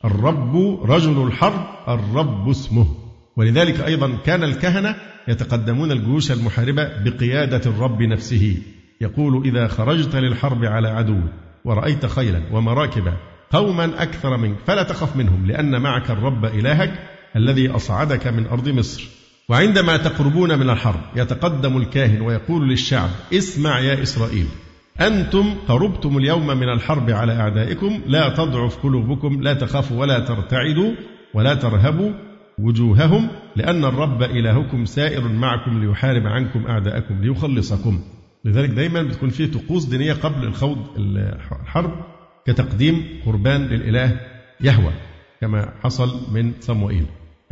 الرب رجل الحرب، الرب اسمه. ولذلك أيضا كان الكهنة يتقدمون الجيوش المحاربة بقيادة الرب نفسه، يقول: إذا خرجت للحرب على عدو ورأيت خيلا ومراكب قوما أكثر منك فلا تخف منهم، لأن معك الرب إلهك الذي أصعدك من أرض مصر. وعندما تقربون من الحرب يتقدم الكاهن ويقول للشعب: اسمع يا إسرائيل، أنتم قربتم اليوم من الحرب على أعدائكم، لا تضعف قلوبكم، لا تخافوا ولا ترتعدوا ولا ترهبوا وجوههم، لأن الرب إلهكم سائر معكم ليحارب عنكم أعداءكم ليخلصكم. لذلك دايما بتكون فيه طقوس دينية قبل الخوض الحرب، كتقديم قربان للإله يهوه كما حصل من صموئيل.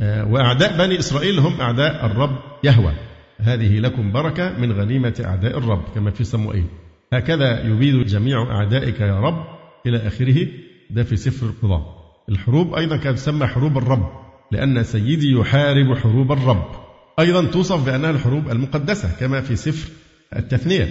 وأعداء بني إسرائيل هم أعداء الرب يهوه، هذه لكم بركة من غنيمة أعداء الرب كما في صموئيل. هكذا يبيد جميع أعدائك يا رب إلى آخره. ده في سفر القضاء. الحروب أيضا كانت تسمى حروب الرب، لأن سيدي يحارب حروب الرب. أيضا توصف بأنها الحروب المقدسة كما في سفر التثنية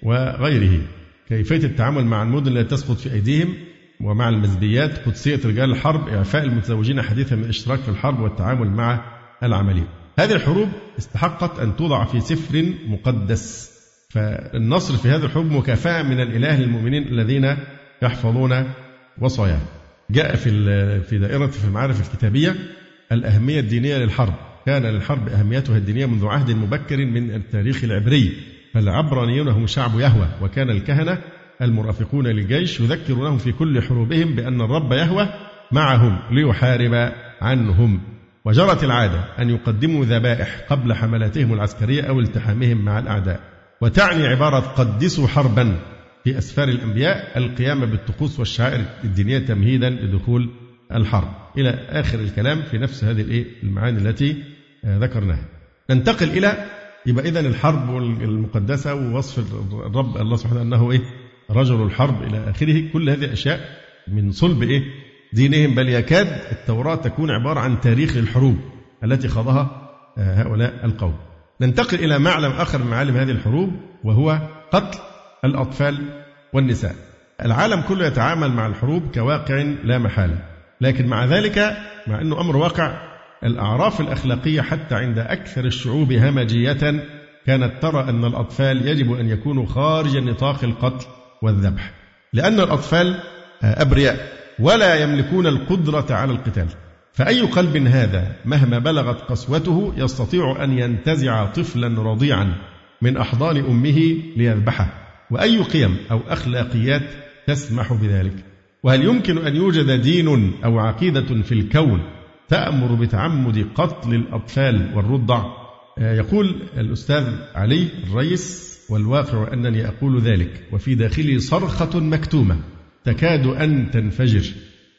وغيره. كيفية التعامل مع المدن التي تسقط في أيديهم، ومع المزبيات، قدسية رجال الحرب، إعفاء المتزوجين حديثا من الاشتراك في الحرب والتعامل مع العملية. هذه الحروب استحقت أن توضع في سفر مقدس، فالنصر في هذه الحروب مكافأة من الإله للمؤمنين الذين يحفظون وصاياه. جاء في دائرة في المعارف الكتابية الأهمية الدينية للحرب. كان للحرب أهميتها الدينية منذ عهد مبكر من التاريخ العبري، فالعبرانيون هم شعب يهوه، وكان الكهنة المرافقون للجيش يذكرونهم في كل حروبهم بأن الرب يهوه معهم ليحارب عنهم. وجرت العادة أن يقدموا ذبائح قبل حملاتهم العسكرية أو التحامهم مع الأعداء. وتعني عبارة قدسوا حربا في أسفار الأنبياء القيام بالطقوس والشعائر الدينية تمهيدا لدخول الحرب، إلى آخر الكلام في نفس هذه المعاني التي ذكرناها. ننتقل إلى يبقى إذن الحرب المقدسة ووصف الرب الله سبحانه أنه رجل الحرب إلى آخره. كل هذه الأشياء من صلب دينهم، بل يكاد التوراة تكون عبارة عن تاريخ الحروب التي خاضها هؤلاء القوم. ننتقل إلى معلم آخر من معالم هذه الحروب، وهو قتل الأطفال والنساء. العالم كله يتعامل مع الحروب كواقع لا محالة، لكن مع ذلك مع أنه أمر واقع، الأعراف الأخلاقية حتى عند أكثر الشعوب همجية كانت ترى أن الأطفال يجب أن يكونوا خارج نطاق القتل والذبح، لأن الأطفال أبرياء ولا يملكون القدرة على القتال. فأي قلب هذا مهما بلغت قسوته يستطيع أن ينتزع طفلا رضيعا من أحضان أمه ليذبحه؟ وأي قيم أو أخلاقيات تسمح بذلك؟ وهل يمكن أن يوجد دين أو عقيدة في الكون تأمر بتعمد قتل الأطفال والرضع؟ يقول الأستاذ علي الريس: والواقع أنني أقول ذلك وفي داخلي صرخة مكتومة تكاد أن تنفجر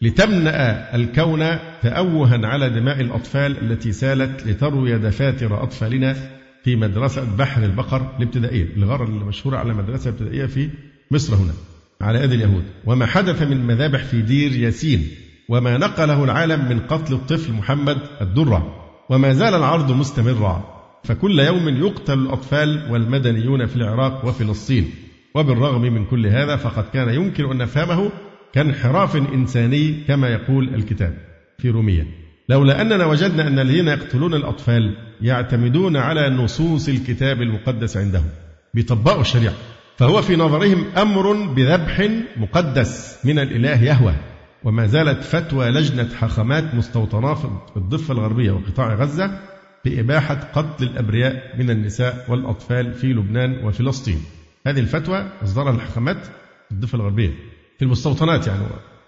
لتمنأ الكون تأوها على دماء الأطفال التي سالت لتروي دفاتر أطفالنا في مدرسة بحر البقر الابتدائية، الغارة المشهورة على مدرسة ابتدائية في مصر هنا على يد اليهود، وما حدث من مذابح في دير ياسين، وما نقله العالم من قتل الطفل محمد الدرة، وما زال العرض مستمرا. فكل يوم يقتل الأطفال والمدنيون في العراق وفلسطين. وبالرغم من كل هذا فقد كان يمكن أن نفهمه كانحراف إنساني كما يقول الكتاب في رومية، لولا أننا وجدنا أن الذين يقتلون الأطفال يعتمدون على نصوص الكتاب المقدس عندهم، بيطبقوا الشريعة، فهو في نظرهم أمر بذبح مقدس من الإله يهوه. وما زالت فتوى لجنة حاخامات مستوطنة في الضفة الغربية وقطاع غزة بإباحة قتل الأبرياء من النساء والأطفال في لبنان وفلسطين. هذه الفتوى أصدرها الحاخامات في الضفة الغربية في المستوطنات يعني.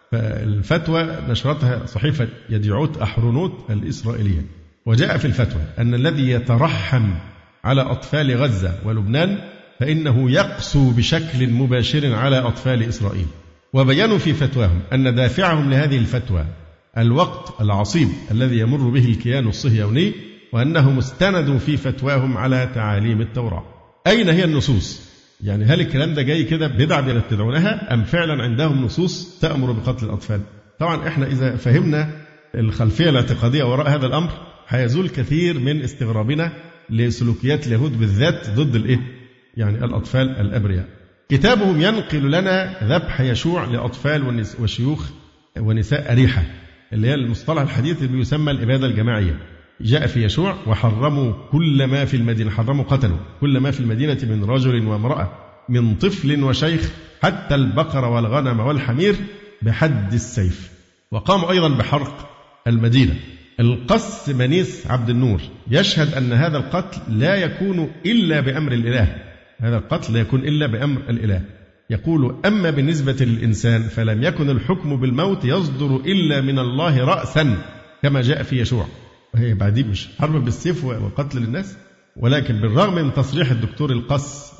فالفتوى نشرتها صحيفة يديعوت أحرونوت الإسرائيلية، وجاء في الفتوى أن الذي يترحم على أطفال غزة ولبنان فإنه يقسو بشكل مباشر على أطفال إسرائيل. وبينوا في فتواهم أن دافعهم لهذه الفتوى الوقت العصيب الذي يمر به الكيان الصهيوني، وأنهم استندوا في فتواهم على تعاليم التوراة. أين هي النصوص؟ يعني هل الكلام ده جاي كده بدعة بيتبعونها أم فعلا عندهم نصوص تأمر بقتل الأطفال؟ طبعا إحنا إذا فهمنا الخلفية الاعتقادية وراء هذا الأمر هيزول كثير من استغرابنا لسلوكيات اليهود بالذات ضد يعني الأطفال الأبرياء. كتابهم ينقل لنا ذبح يشوع لأطفال وشيوخ ونساء أريحة، اللي هي المصطلح الحديث اللي بيسمى الإبادة الجماعية. جاء في يشوع وحرموا كل ما في المدينة، حرموا قتلوا كل ما في المدينة من رجل وامرأة من طفل وشيخ حتى البقر والغنم والحمير بحد السيف، وقاموا أيضا بحرق المدينة. القس منيس عبد النور يشهد أن هذا القتل لا يكون إلا بأمر الإله، هذا القتل لا يكون إلا بأمر الإله. يقول: أما بالنسبة للإنسان فلم يكن الحكم بالموت يصدر إلا من الله رأسا كما جاء في يشوع. وهي بعدين مش حرب بالسيف وقتل الناس، ولكن بالرغم من تصريح الدكتور القس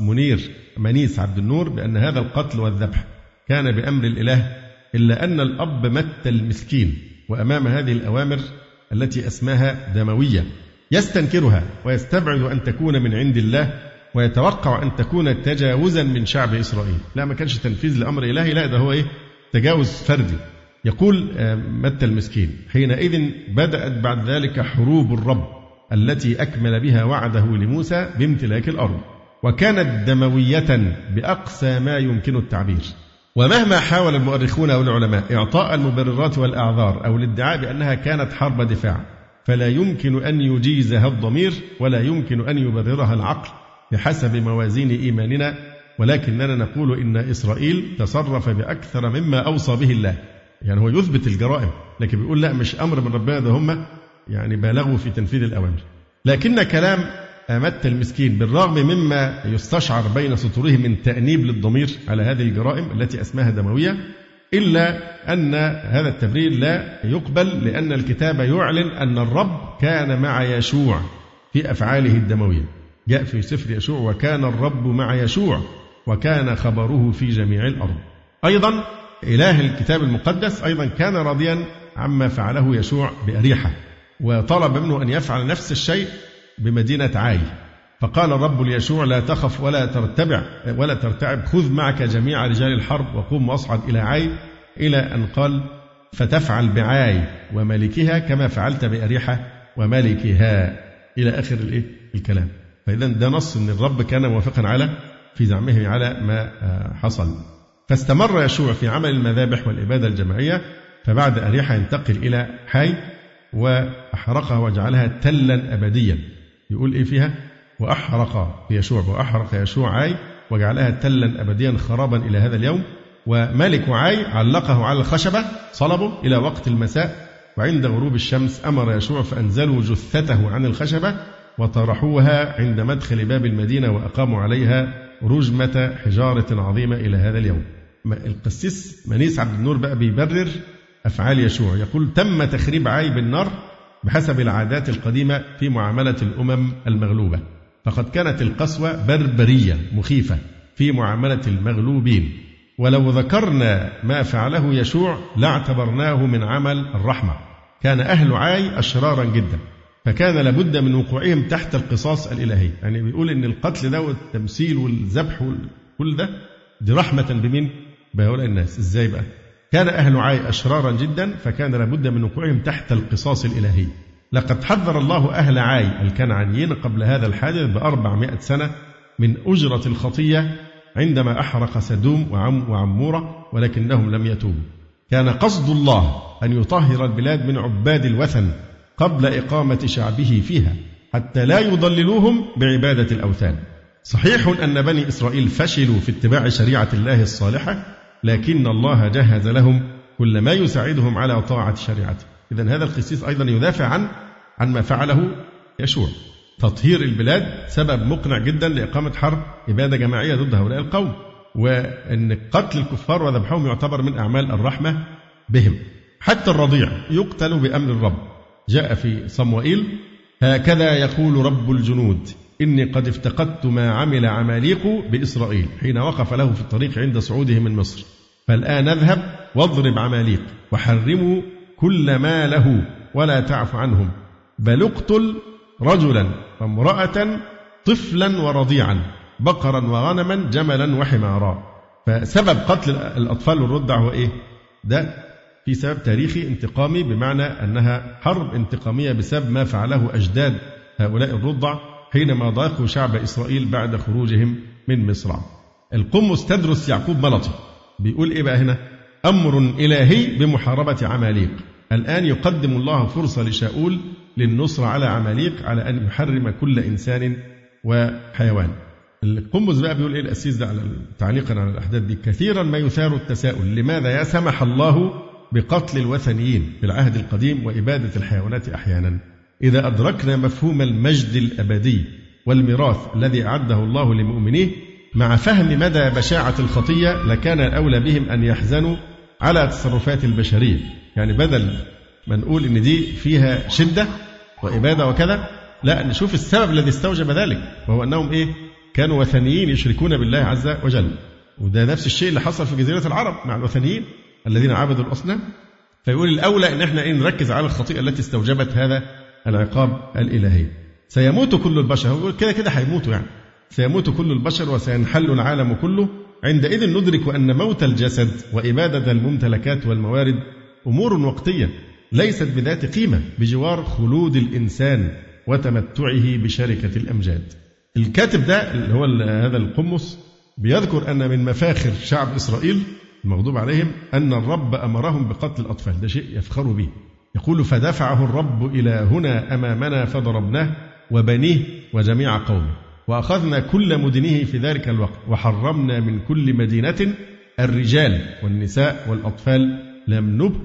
منيس عبد النور بأن هذا القتل والذبح كان بأمر الإله، إلا أن الأب مت المسكين وأمام هذه الأوامر التي أسماها دموية يستنكرها ويستبعد أن تكون من عند الله، ويتوقع أن تكون تجاوزا من شعب إسرائيل. لا، ما كانش تنفيذ لأمر إلهي، لا ده هو تجاوز فردي. يقول مت المسكين: حينئذ بدأت بعد ذلك حروب الرب التي أكمل بها وعده لموسى بامتلاك الأرض، وكانت دموية بأقصى ما يمكن التعبير. ومهما حاول المؤرخون والعلماء إعطاء المبررات والأعذار أو الادعاء بأنها كانت حرب دفاع، فلا يمكن أن يجيزها الضمير ولا يمكن أن يبررها العقل بحسب موازين إيماننا، ولكننا نقول إن إسرائيل تصرف بأكثر مما أوصى به الله. يعني هو يثبت الجرائم، لكن بيقول لا، مش أمر من ربنا، ده هم يعني بالغوا في تنفيذ الأوامر. لكن كلام مت المسكين بالرغم مما يستشعر بين سطوره من تأنيب للضمير على هذه الجرائم التي أسماها دموية، إلا أن هذا التبرير لا يقبل، لأن الكتاب يعلن أن الرب كان مع يشوع في أفعاله الدموية. جاء في سفر يشوع: وكان الرب مع يشوع وكان خبره في جميع الأرض. أيضا إله الكتاب المقدس أيضا كان راضيا عما فعله يشوع بأريحة، وطلب منه أن يفعل نفس الشيء بمدينة عاي. فقال الرب ليشوع: لا تخف ولا ترتعب، خذ معك جميع رجال الحرب وقوم واصعد إلى عاي، إلى أن قال: فتفعل بعاي وملكها كما فعلت بأريحة وملكها، إلى آخر الكلام. فإذا ده نص أن الرب كان موافقا في زعمه على ما حصل. فاستمر يشوع في عمل المذابح والإبادة الجماعية، فبعد أريحة ينتقل إلى حاي وأحرقها وجعلها تلا أبديا. يقول فيها: وأحرق يشوع عاي وجعلها تلا أبديا خرابا إلى هذا اليوم. وملك عاي علقه على الخشبة صلبه إلى وقت المساء، وعند غروب الشمس أمر يشوع فأنزلوا جثته عن الخشبة وطرحوها عند مدخل باب المدينة وأقاموا عليها رجمة حجارة عظيمة إلى هذا اليوم. القسيس منيس عبد النور بقى بيبرر أفعال يشوع، يقول: تم تخريب عاي بالنار بحسب العادات القديمة في معاملة الأمم المغلوبة، فقد كانت القسوة بربرية مخيفة في معاملة المغلوبين، ولو ذكرنا ما فعله يشوع لاعتبرناه من عمل الرحمة. كان أهل عاي أشرارا جدا، فكان لابد من وقوعهم تحت القصاص الإلهي. يعني بيقول إن القتل ده والتمثيل والذبح وكل ده دي رحمة بمين؟ بهؤلاء الناس. إزاي بقى؟ كان أهل عاي أشرارا جدا، فكان لابد من وقوعهم تحت القصاص الإلهي. لقد حذر الله أهل عاي الكنعانيين قبل هذا الحادث ب400 سنة من أجرة الخطية عندما أحرق سدوم وعمورة، ولكنهم لم يتوبوا. كان قصد الله أن يطهر البلاد من عباد الوثن قبل إقامة شعبه فيها حتى لا يضللوهم بعبادة الأوثان. صحيح أن بني إسرائيل فشلوا في اتباع شريعة الله الصالحة، لكن الله جهز لهم كل ما يساعدهم على طاعة شريعته. إذن هذا القسيس أيضا يدافع عن ما فعله يشوع. تطهير البلاد سبب مقنع جدا لإقامة حرب إبادة جماعية ضد هؤلاء القوم، وأن قتل الكفار وذبحهم يعتبر من أعمال الرحمة بهم. حتى الرضيع يقتل بأمر الرب. جاء في صموئيل: هكذا يقول رب الجنود إني قد افتقدت ما عمل عماليق بإسرائيل حين وقف له في الطريق عند صعوده من مصر، فالآن اذهب واضرب عماليق وحرموا كل ما له ولا تعف عنهم، بل اقتل رجلا وامرأة طفلا ورضيعا بقرا وغنما جملا وحمارا. فسبب قتل الأطفال والرضع هو ده في سبب تاريخي انتقامي، بمعنى أنها حرب انتقامية بسبب ما فعله أجداد هؤلاء الرضع حينما ضاقوا شعب إسرائيل بعد خروجهم من مصر. القمص تدرس يعقوب ملطي بيقول إيه بقى هنا؟ أمر إلهي بمحاربة عماليق. الآن يقدم الله فرصة لشاؤول للنصر على عماليق على أن يحرم كل إنسان وحيوان. القمص بقى بيقول إيه الأسيس ده تعليقا على الأحداث دي: كثيرا ما يثار التساؤل لماذا سمح الله بقتل الوثنيين في العهد القديم وإبادة الحيوانات أحيانا. إذا أدركنا مفهوم المجد الأبدي والميراث الذي أعده الله لمؤمنيه مع فهم مدى بشاعة الخطية، لكان الأولى بهم أن يحزنوا على تصرفات البشرية. يعني بدل ما نقول إن دي فيها شدة وإبادة وكذا، لا، نشوف السبب الذي استوجب ذلك، وهو أنهم إيه؟ كانوا وثنيين يشركون بالله عز وجل. وده نفس الشيء اللي حصل في جزيرة العرب مع الوثنيين الذين عبدوا الأصنام. فيقول الأولى إن احنا نركز على الخطيئة التي استوجبت هذا العقاب الإلهي. سيموت كل البشر، هو كده كده هيموتوا، يعني سيموت كل البشر وسينحل العالم كله. عندئذ ندرك أن موت الجسد وإبادة الممتلكات والموارد أمور وقتية ليست بذات قيمة بجوار خلود الإنسان وتمتعه بشركة الأمجاد. الكاتب ده اللي هو هذا القمص بيذكر أن من مفاخر شعب إسرائيل المغضوب عليهم أن الرب أمرهم بقتل الأطفال. ده شيء يفخروا به. يقول: فدفعه الرب إلى هنا أمامنا فضربناه وبنيه وجميع قومه، وأخذنا كل مدنه في ذلك الوقت، وحرمنا من كل مدينة الرجال والنساء والأطفال، لم نبق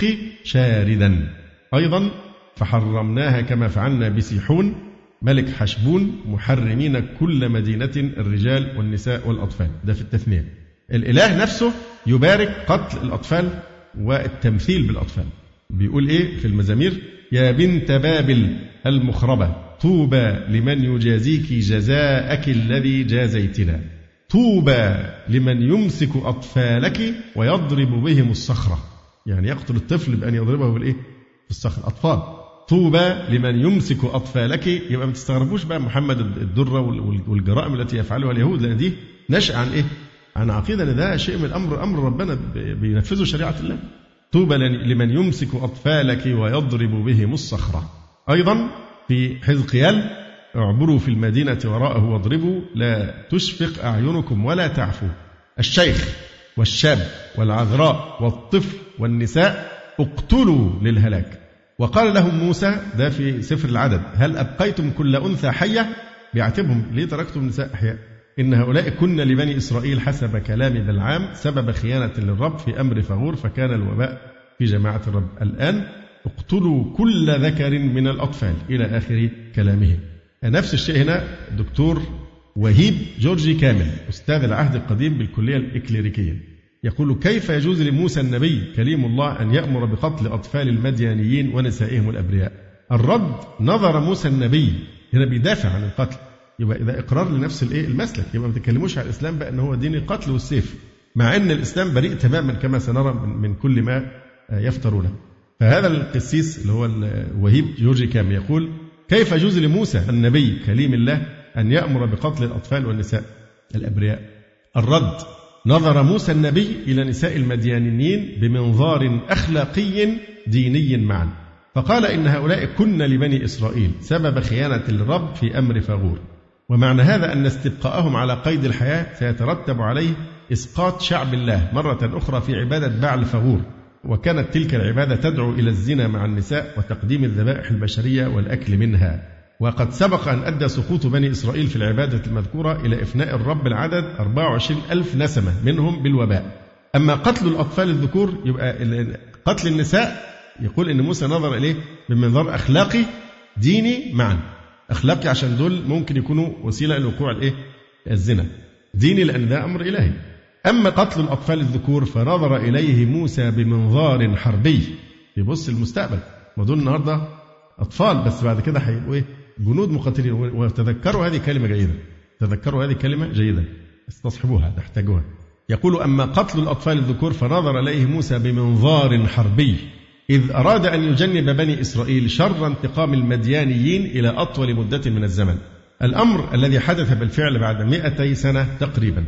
شاردا. أيضا فحرمناها كما فعلنا بسيحون ملك حشبون، محرمين كل مدينة الرجال والنساء والأطفال. ده في التثنية. الإله نفسه يبارك قتل الأطفال والتمثيل بالأطفال. بيقول إيه في المزامير؟ يا بنت بابل المخربة، طوبى لمن يجازيك جزاءك الذي جازيتنا. طوبى لمن يمسك أطفالك ويضرب بهم الصخرة. يعني يقتل الطفل بأن يضربه بالإيه؟ بالصخرة. أطفال. طوبى لمن يمسك أطفالك. يبقى ما تستغربوش بقى محمد الدرة والجرائم التي يفعلها اليهود، لأن دي نشأ عن إيه؟ عن عقيدة أن ده شيء من أمر ربنا بينفذوا شريعة الله. طوبى لمن يمسك أطفالك ويضرب بهم الصخرة. أيضا في حزقيال: اعبروا في المدينة وراءه واضربوا، لا تشفق أعينكم ولا تعفوا. الشيخ والشاب والعذراء والطفل والنساء اقتلوا للهلاك. وقال لهم موسى، ده في سفر العدد: هل أبقيتم كل أنثى حية؟ بيعتبهم ليه تركتم النساء أحياء؟ إن هؤلاء كن لبني إسرائيل حسب كلام بلعام سبب خيانة للرب في أمر فغور، فكان الوباء في جماعة الرب. الآن اقتلوا كل ذكر من الأطفال، إلى آخر كلامه. نفس الشيء هنا دكتور وهيب جورجي كامل أستاذ العهد القديم بالكلية الإكليريكية يقول: كيف يجوز لموسى النبي كليم الله أن يأمر بقتل أطفال المديانيين ونسائهم الأبرياء؟ الرد: نظر موسى النبي، هنا بيدافع عن القتل. يبقى إذا إقرار لنفس الإسلام، يبقى ما تتكلموش عن الإسلام بقى أن هو دين القتل والسيف، مع أن الإسلام بريء تماما كما سنرى من كل ما يفترونه. فهذا القسيس اللي هو وهيب جورجي كامل يقول: كيف يجوز لموسى النبي كليم الله أن يأمر بقتل الأطفال والنساء الأبرياء؟ الرد: نظر موسى النبي إلى نساء المديانيين بمنظار أخلاقي ديني معا، فقال: إن هؤلاء كن لبني إسرائيل سبب خيانة للرب في أمر فغور، ومعنى هذا أن استبقاءهم على قيد الحياة سيترتب عليه إسقاط شعب الله مرة أخرى في عبادة بعل فغور، وكانت تلك العبادة تدعو إلى الزنا مع النساء وتقديم الذبائح البشرية والأكل منها. وقد سبق أن أدى سقوط بني إسرائيل في العبادة المذكورة إلى إفناء الرب العدد 24,000 نسمة منهم بالوباء. أما قتل الأطفال الذكور، يبقى قتل النساء يقول إن موسى نظر إليه بمنظار أخلاقي ديني معا. أخلاقي عشان دول ممكن يكونوا وسيلة لوقوع الزنا، ديني لأن ده أمر إلهي. أما قتل الأطفال الذكور فنظر إليه موسى بمنظار حربي، يبص المستقبل، ما دول النهارده أطفال بس بعد كده هيبقوا جنود مقاتلين. وتذكروا هذه كلمة جيدة، تذكروا هذه كلمة جيدة، استصحبوها تحتاجوها. يقول: أما قتل الأطفال الذكور فنظر إليه موسى بمنظار حربي، إذ أراد أن يجنب بني إسرائيل شر انتقام المديانيين إلى أطول مدة من الزمن. الأمر الذي حدث بالفعل بعد 200 سنة تقريبا.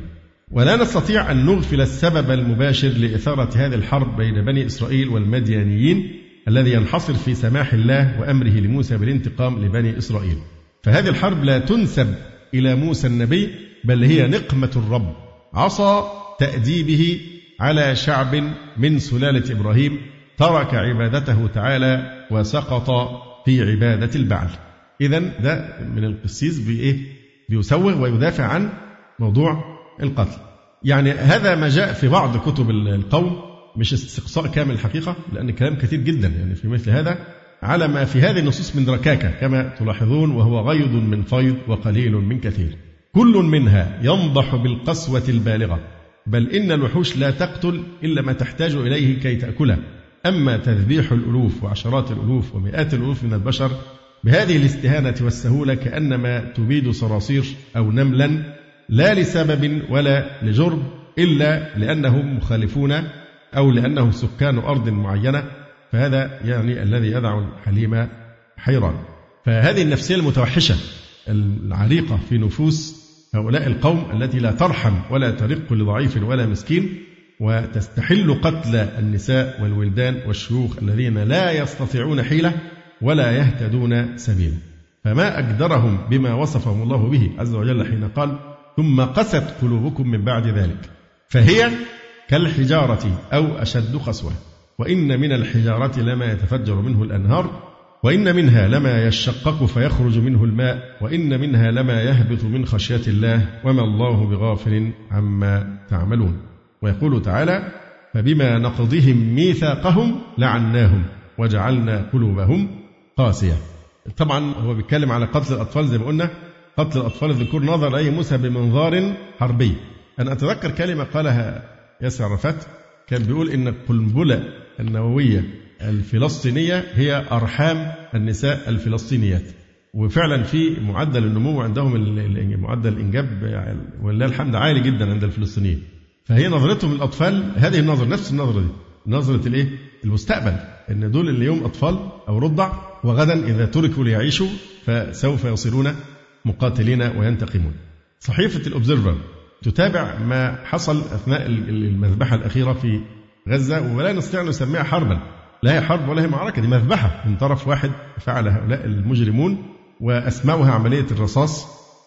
ولا نستطيع أن نغفل السبب المباشر لإثارة هذه الحرب بين بني إسرائيل والمديانيين الذي ينحصر في سماح الله وأمره لموسى بالانتقام لبني إسرائيل. فهذه الحرب لا تنسب إلى موسى النبي، بل هي نقمة الرب، عصا تأديبه على شعب من سلالة إبراهيم ترك عبادته تعالى وسقط في عبادة البعل. إذن ده من القسيس بيسوغ ويدافع عن موضوع القتل. يعني هذا ما جاء في بعض كتب القوم، مش استقصاء كامل الحقيقة، لأن كلام كثير جدا يعني في مثل هذا على ما في هذه النصوص من ركاكة كما تلاحظون، وهو غيض من فيض وقليل من كثير. كل منها ينضح بالقسوة البالغة، بل إن الوحوش لا تقتل إلا ما تحتاج إليه كي تأكله. أما تذبيح الألوف وعشرات الألوف ومئات الألوف من البشر بهذه الاستهانة والسهولة كأنما تبيد صراصير أو نملا، لا لسبب ولا لجرم، إلا لأنهم مخالفون أو لأنهم سكان أرض معينة، فهذا يعني الذي يدع الحليم حيران. فهذه النفسية المتوحشة العريقة في نفوس هؤلاء القوم التي لا ترحم ولا ترق لضعيف ولا مسكين، وتستحل قتل النساء والولدان والشيوخ الذين لا يستطيعون حيلة ولا يهتدون سبيلا. فما أقدرهم بما وصفهم الله به عز وجل حين قال: ثم قست قلوبكم من بعد ذلك فهي كالحجارة أو أشد قسوة، وإن من الحجارة لما يتفجر منه الأنهار، وإن منها لما يشقق فيخرج منه الماء، وإن منها لما يهبط من خشية الله وما الله بغافل عما تعملون. ويقول تعالى: فبما نقضهم ميثاقهم لعناهم وجعلنا قلوبهم قاسية. طبعا هو بيتكلم على قتل الأطفال زي ما قلنا، قتل الأطفال الذكور نظر إليه موسى بمنظار حربي. أنا أتذكر كلمة قالها ياسر عرفات، كان بيقول إن القنبلة النووية الفلسطينية هي أرحام النساء الفلسطينيات. وفعلا في معدل النمو عندهم، معدل الإنجاب ولله الحمد عالي جدا عند الفلسطينيين. فهي نظرتهم للأطفال هذه النظرة، نفس النظرة دي، نظرة المستقبل، إن دول اليوم أطفال أو رضع، وغدا إذا تركوا ليعيشوا فسوف يصيرون مقاتلين وينتقمون. صحيفة الأوبزرفر تتابع ما حصل أثناء المذبحة الأخيرة في غزة، ولا نستطيع أن نسميها حربا، لا هي حرب ولا هي معركة، دي مذبحة من طرف واحد فعل هؤلاء المجرمون، وأسموها عملية الرصاص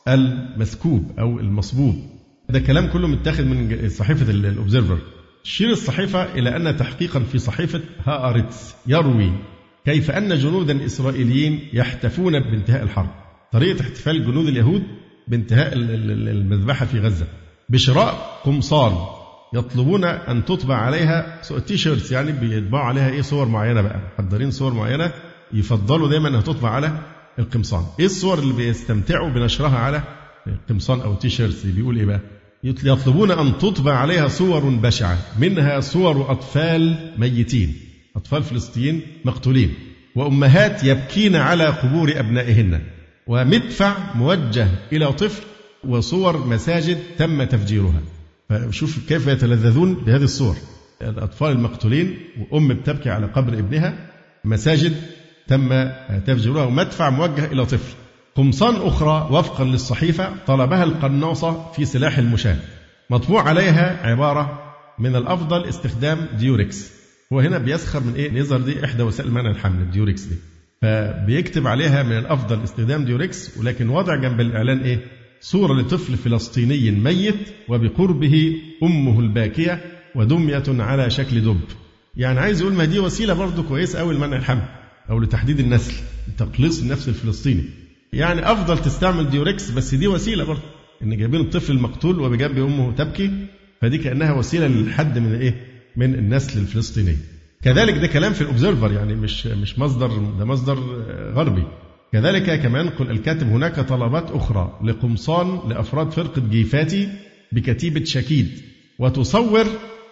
المسكوب أو المصبوب. ده كلام كله متاخد من صحيفة الأوبزرفر. تشير الصحيفة إلى أن تحقيقا في صحيفة هآرتس يروي كيف أن جنودا إسرائيليين يحتفون بانتهاء الحرب، طريقة احتفال جنود اليهود بانتهاء المذبحة في غزة بشراء قمصان يطلبون أن تطبع عليها تيشيرتس، يعني بيطبعوا عليها صور معينة، بقى محضرين صور معينة يفضلوا دايما أنها تطبع على القمصان. الصور اللي بيستمتعوا بنشرها على القمصان أو تيشيرتس بيقول بقى؟ يطلبون أن تطبع عليها صور بشعة، منها صور أطفال ميتين، أطفال فلسطين مقتولين، وأمهات يبكين على قبور أبنائهن، ومدفع موجه إلى طفل، وصور مساجد تم تفجيرها. فشوف كيف يتلذذون بهذه الصور، الأطفال المقتولين وأم بتبكي على قبر ابنها، مساجد تم تفجيرها، ومدفع موجه إلى طفل. قمصان أخرى وفقا للصحيفة طلبها القناصة في سلاح المشاة، مطبوع عليها عبارة: من الأفضل استخدام ديوريكس. هو هنا بيسخر من يظهر دي إحدى وسائل منع الحمل الديوريكس دي، فبيكتب عليها من الأفضل استخدام ديوريكس، ولكن وضع جنب الإعلان صورة لطفل فلسطيني ميت وبقربه أمه الباكية ودمية على شكل دب. يعني عايز يقول ما دي وسيلة برضو كويسة أوي لمنع الحمل أو لتحديد النسل، تقليص النفس الفلسطيني. يعني أفضل تستعمل ديوريكس، بس دي وسيلة برضو، إن جايبين الطفل المقتول وبجنب أمه تبكي، فدي كأنها وسيلة للحد من من النسل الفلسطيني. كذلك ده كلام في الأوبزرفر، يعني مش مصدر، ده مصدر غربي. كذلك كما ينقل الكاتب هناك طلبات أخرى لقمصان لأفراد فرقة جيفاتي بكتيبة شكيد، وتصور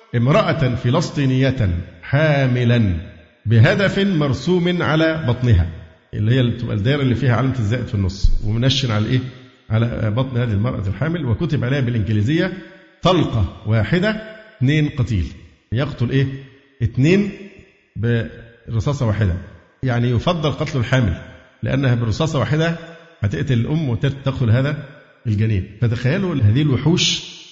امرأة فلسطينية حاملا بهدف مرسوم على بطنها، اللي هي تبقى الدائرة اللي فيها علامة الزائد في النص، ومنشن على على بطن هذه المرأة الحامل، وكتب عليها بالإنجليزية: طلقة واحدة 2 قتيل. يقتل 2 برصاصة واحدة، يعني يفضل قتل الحامل لأنها برصاصة واحدة هتقتل الأم وتقتل هذا الجنين. فتخيلوا هذه الوحوش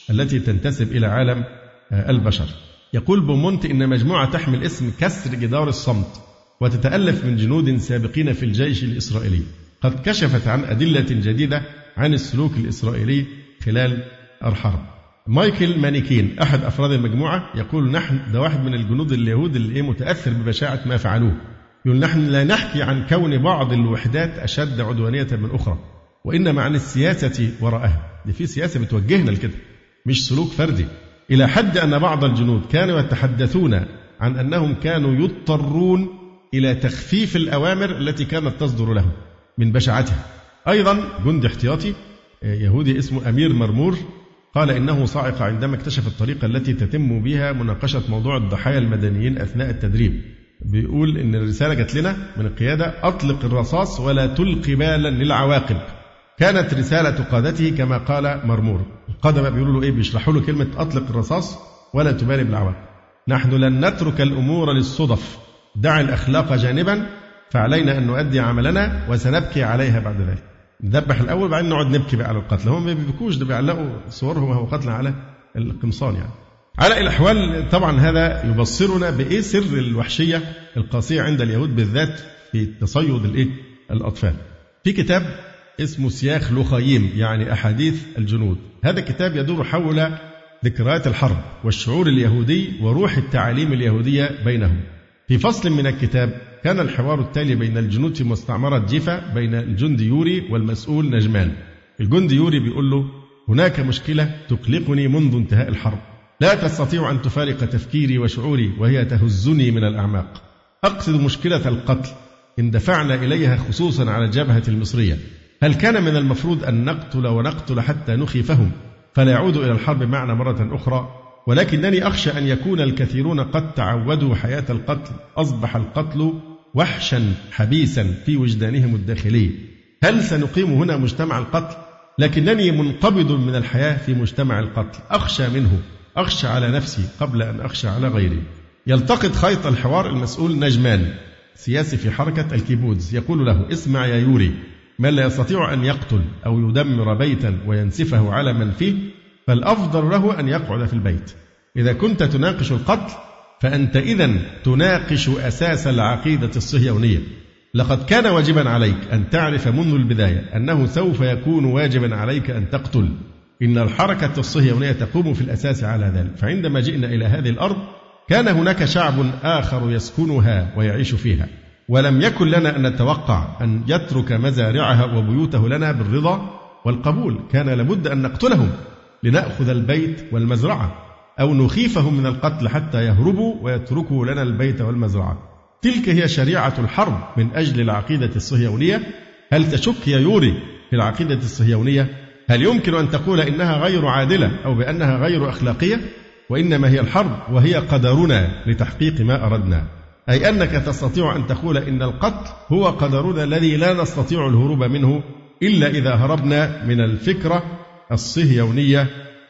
التي تنتسب إلى عالم البشر. يقول بومونت إن مجموعة تحمل اسم كسر جدار الصمت وتتألف من جنود سابقين في الجيش الإسرائيلي قد كشفت عن أدلة جديدة عن السلوك الإسرائيلي خلال الحرب. مايكل مانيكين أحد أفراد المجموعة يقول نحن ده واحد من الجنود اليهود اللي متأثر ببشاعة ما فعلوه. يقول نحن لا نحكي عن كون بعض الوحدات أشد عدوانية من أخرى وإنما عن السياسة وراءها. دي في سياسة بتوجهنا لكده مش سلوك فردي. إلى حد أن بعض الجنود كانوا يتحدثون عن أنهم كانوا يضطرون إلى تخفيف الأوامر التي كانت تصدر لهم من بشاعتها. أيضا جندي احتياطي يهودي اسمه أمير مرمور قال إنه صعق عندما اكتشف الطريقة التي تتم بها مناقشة موضوع الضحايا المدنيين أثناء التدريب. بيقول إن الرسالة جات لنا من القيادة أطلق الرصاص ولا تلقي بالا للعواقب. كانت رسالة قادته كما قال مرمور. القادة بقى بيقولوا له إيه؟ بيشرحوا له كلمة أطلق الرصاص ولا تبالي بالعواقب. نحن لن نترك الأمور للصدف، دع الأخلاق جانبا فعلينا أن نؤدي عملنا وسنبكي عليها بعد ذلك. نذبح الأول بعدين نقعد نبكي بقى على القتل. هم ما بيبكوش، ده بيعلقوا صورهم وهو قتل على القمصان يعني. على الأحوال طبعا هذا يبصرنا بإيه سر الوحشية القاسية عند اليهود بالذات في تصيد الأطفال. في كتاب اسمه سياخ لوخايم يعني أحاديث الجنود. هذا كتاب يدور حول ذكريات الحرب والشعور اليهودي وروح التعاليم اليهودية بينهم. في فصل من الكتاب كان الحوار التالي بين الجنود في مستعمرة جيفا بين الجندي يوري والمسؤول نجمان. الجندي يوري بيقول له هناك مشكلة تقلقني منذ انتهاء الحرب، لا تستطيع أن تفارق تفكيري وشعوري وهي تهزني من الأعماق. أقصد مشكلة القتل اندفعنا إليها خصوصا على الجبهة المصرية. هل كان من المفروض أن نقتل ونقتل حتى نخيفهم فلا يعودوا إلى الحرب معنا مرة أخرى؟ ولكنني أخشى أن يكون الكثيرون قد تعودوا حياة القتل، أصبح القتل وحشا حبيسا في وجدانهم الداخلي. هل سنقيم هنا مجتمع القتل؟ لكنني منقبض من الحياة في مجتمع القتل، أخشى منه، أخشى على نفسي قبل أن أخشى على غيري. يلتقط خيط الحوار المسؤول نجمان سياسي في حركة الكيبودز يقول له اسمع يا يوري، من لا يستطيع أن يقتل أو يدمر بيتا وينسفه على من فيه فالأفضل له أن يقعد في البيت. إذا كنت تناقش القتل فأنت إذن تناقش أساس العقيدة الصهيونية. لقد كان واجبا عليك أن تعرف منذ البداية أنه سوف يكون واجبا عليك أن تقتل. إن الحركة الصهيونية تقوم في الأساس على ذلك. فعندما جئنا إلى هذه الأرض كان هناك شعب آخر يسكنها ويعيش فيها، ولم يكن لنا أن نتوقع أن يترك مزارعها وبيوته لنا بالرضا والقبول. كان لابد أن نقتلهم لنأخذ البيت والمزرعة أو نخيفهم من القتل حتى يهربوا ويتركوا لنا البيت والمزرعة. تلك هي شريعة الحرب من أجل العقيدة الصهيونية. هل تشك يا يوري في العقيدة الصهيونية؟ هل يمكن أن تقول إنها غير عادلة أو بأنها غير أخلاقية؟ وإنما هي الحرب وهي قدرنا لتحقيق ما أردنا. أي أنك تستطيع أن تقول إن القتل هو قدرنا الذي لا نستطيع الهروب منه إلا إذا هربنا من الفكرة الصهيونية